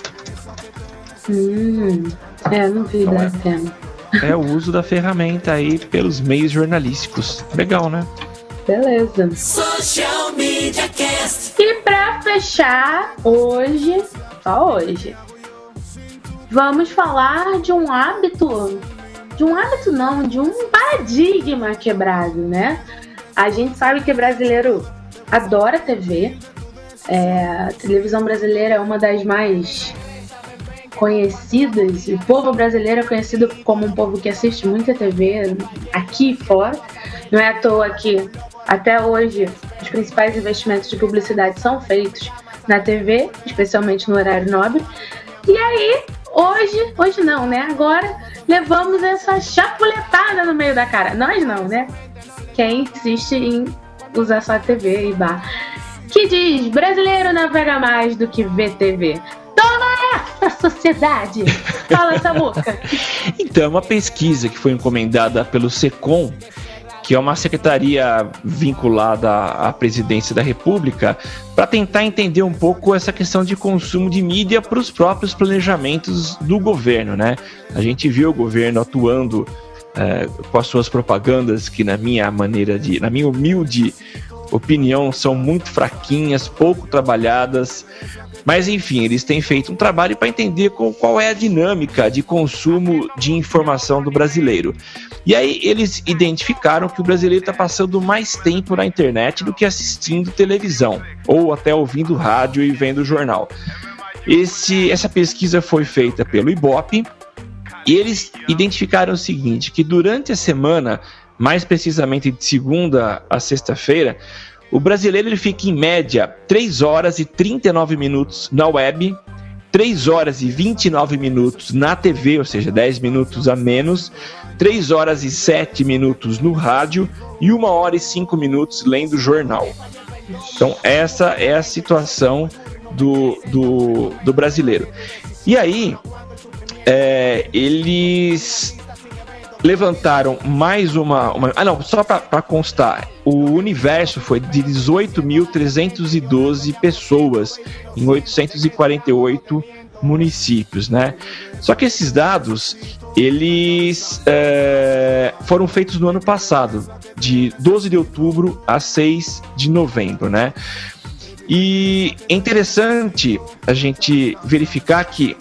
Não vi então Datena. É o uso da ferramenta aí pelos meios jornalísticos. Legal, né? Beleza. Social Media Cast. E pra fechar, só hoje, vamos falar de um hábito não, de um paradigma quebrado, né? A gente sabe que brasileiro adora TV. A televisão brasileira é uma das mais conhecidas. O povo brasileiro é conhecido como um povo que assiste muita TV aqui e fora. Não é à toa que até hoje os principais investimentos de publicidade são feitos na TV, especialmente no horário nobre. E aí, hoje não, né? Agora levamos essa chapuletada no meio da cara. Nós não, né? Quem insiste em usar só TV e bar. Que diz, brasileiro navega mais do que vê TV. Toma essa, sociedade! Fala, Samuca! Então, é uma pesquisa que foi encomendada pelo SECOM, que é uma secretaria vinculada à presidência da República, para tentar entender um pouco essa questão de consumo de mídia para os próprios planejamentos do governo, né? A gente viu o governo atuando com as suas propagandas, que na minha humilde opinião, são muito fraquinhas, pouco trabalhadas. Mas enfim, eles têm feito um trabalho para entender qual é a dinâmica de consumo de informação do brasileiro. E aí eles identificaram que o brasileiro está passando mais tempo na internet do que assistindo televisão, ou até ouvindo rádio e vendo jornal. Essa pesquisa foi feita pelo Ibope, e eles identificaram o seguinte, que durante a semana, mais precisamente de segunda a sexta-feira, o brasileiro ele fica em média 3 horas e 39 minutos na web, 3 horas e 29 minutos na TV, ou seja, 10 minutos a menos, 3 horas e 7 minutos no rádio e 1 hora e 5 minutos lendo jornal. Então essa é a situação do brasileiro. E aí, eles levantaram mais uma... só para constar, o universo foi de 18.312 pessoas em 848 municípios, né? Só que esses dados, eles foram feitos no ano passado, de 12 de outubro a 6 de novembro, né? E é interessante a gente verificar que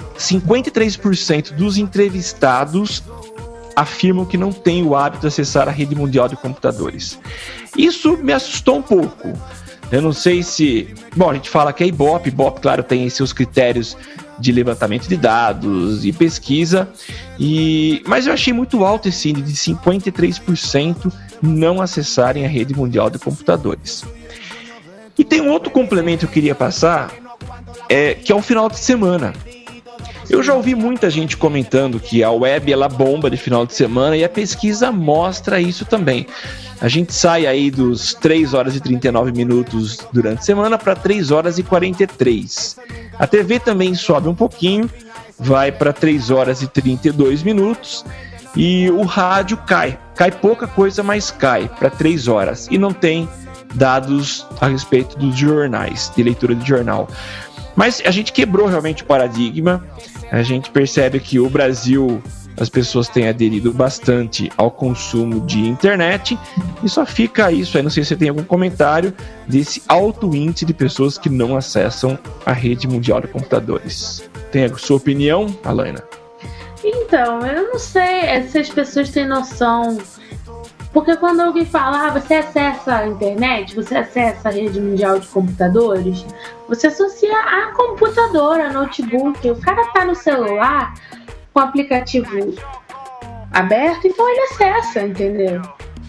53% dos entrevistados afirmam que não têm o hábito de acessar a rede mundial de computadores. Isso me assustou um pouco. Eu não sei se... Bom, a gente fala que a Ibope, claro, tem seus critérios de levantamento de dados e pesquisa, mas eu achei muito alto esse índice de 53% não acessarem a rede mundial de computadores. E tem um outro complemento que eu queria passar, que é o final de semana. Eu já ouvi muita gente comentando que a web ela bomba de final de semana e a pesquisa mostra isso também. A gente sai aí dos 3 horas e 39 minutos durante a semana para 3 horas e 43. A TV também sobe um pouquinho, vai para 3 horas e 32 minutos e o rádio cai pouca coisa, mas cai para 3 horas e não tem dados a respeito dos jornais, de leitura de jornal. Mas a gente quebrou realmente o paradigma, a gente percebe que o Brasil, as pessoas têm aderido bastante ao consumo de internet e só fica isso aí, não sei se você tem algum comentário desse alto índice de pessoas que não acessam a rede mundial de computadores. Tem a sua opinião, Alaina? Então, eu não sei se as pessoas têm noção, porque quando alguém fala, você acessa a internet, você acessa a rede mundial de computadores, você associa a computador, a notebook. O cara tá no celular com o aplicativo aberto, então ele acessa, entendeu?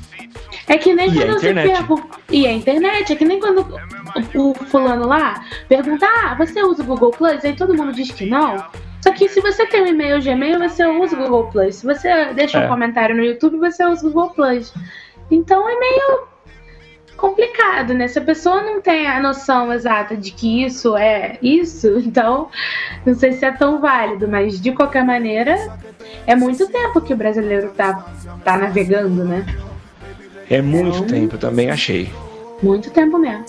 É que nem quando você pergunta. E a internet, é que nem quando o fulano lá pergunta, você usa o Google Plus? Aí todo mundo diz que não. Só que se você tem um e-mail Gmail, você usa o Google Plus. Se você deixa um comentário no YouTube, você usa o Google Plus. Então é meio complicado, né? Se a pessoa não tem a noção exata de que isso é isso, então não sei se é tão válido, mas de qualquer maneira é muito tempo que o brasileiro tá navegando, né? É muito tempo, também achei. Muito tempo mesmo.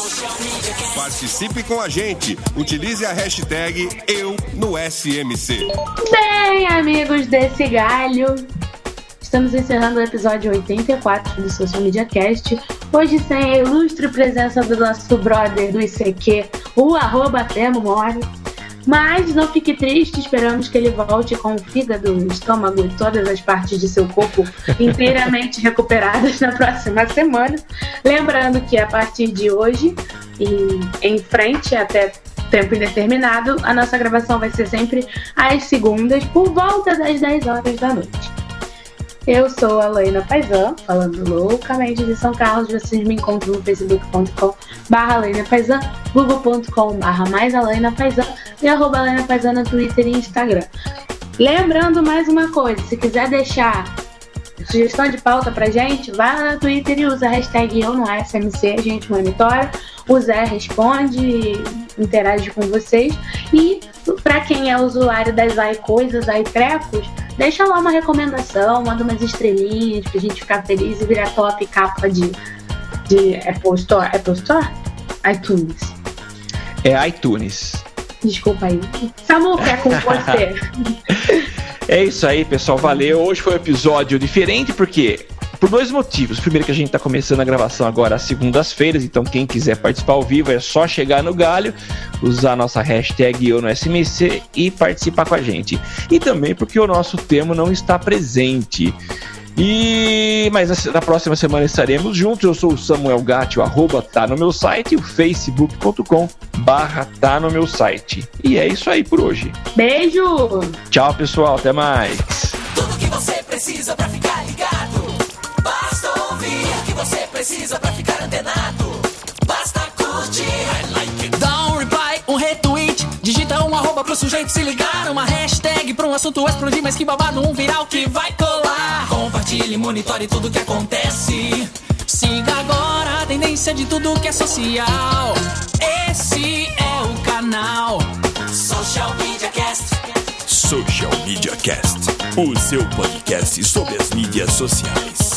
Participe com a gente. Utilize a hashtag #EuNoSMC. Bem, amigos desse galho, estamos encerrando o episódio 84 do Social Media Cast. Hoje sem a ilustre presença do nosso brother do ICQ, o @TemoMori. Mas não fique triste, esperamos que ele volte com o fígado, o estômago e todas as partes de seu corpo inteiramente recuperadas na próxima semana. Lembrando que a partir de hoje e em frente até tempo indeterminado, a nossa gravação vai ser sempre às segundas, por volta das 10 horas da noite. Eu sou a Alaina Paisan, falando loucamente de São Carlos. Vocês me encontram no facebook.com/AlainaPaisan, google.com/maisalainapaisan e @AlainaPaisan no Twitter e Instagram. Lembrando mais uma coisa, se quiser deixar sugestão de pauta pra gente, vai lá no Twitter e usa a hashtag #EuNoSMC, a gente monitora, o Zé responde, interage com vocês. E pra quem é usuário das iCoisas, iTrecos, deixa lá uma recomendação, manda umas estrelinhas pra gente ficar feliz e virar top capa de Apple Store? Apple Store? iTunes. É iTunes. Desculpa aí. Samuca, é com você. É isso aí, pessoal. Valeu. Hoje foi um episódio diferente porque Por 2 motivos. Primeiro que a gente tá começando a gravação agora às segundas-feiras, então quem quiser participar ao vivo é só chegar no Galho, usar a nossa hashtag Eu no SMC e participar com a gente. E também porque o nosso tema não está presente. Mas na próxima semana estaremos juntos. Eu sou o Samuel Gatti, o @ tá no meu site, o facebook.com/tá no meu site. E é isso aí por hoje. Beijo! Tchau, pessoal, até mais. Tudo que você precisa pra ficar ligado. Basta ouvir o que você precisa pra ficar antenado. Basta curtir. I like it. Dá um reply, um retweet. Digita um @ pro sujeito se ligar. Uma hashtag pra um assunto explodir, mas que babado, um viral que vai colar. Compartilhe, monitore tudo que acontece. Siga agora a tendência de tudo que é social. Esse é o canal Social Media Cast. Social Media Cast, o seu podcast sobre as mídias sociais.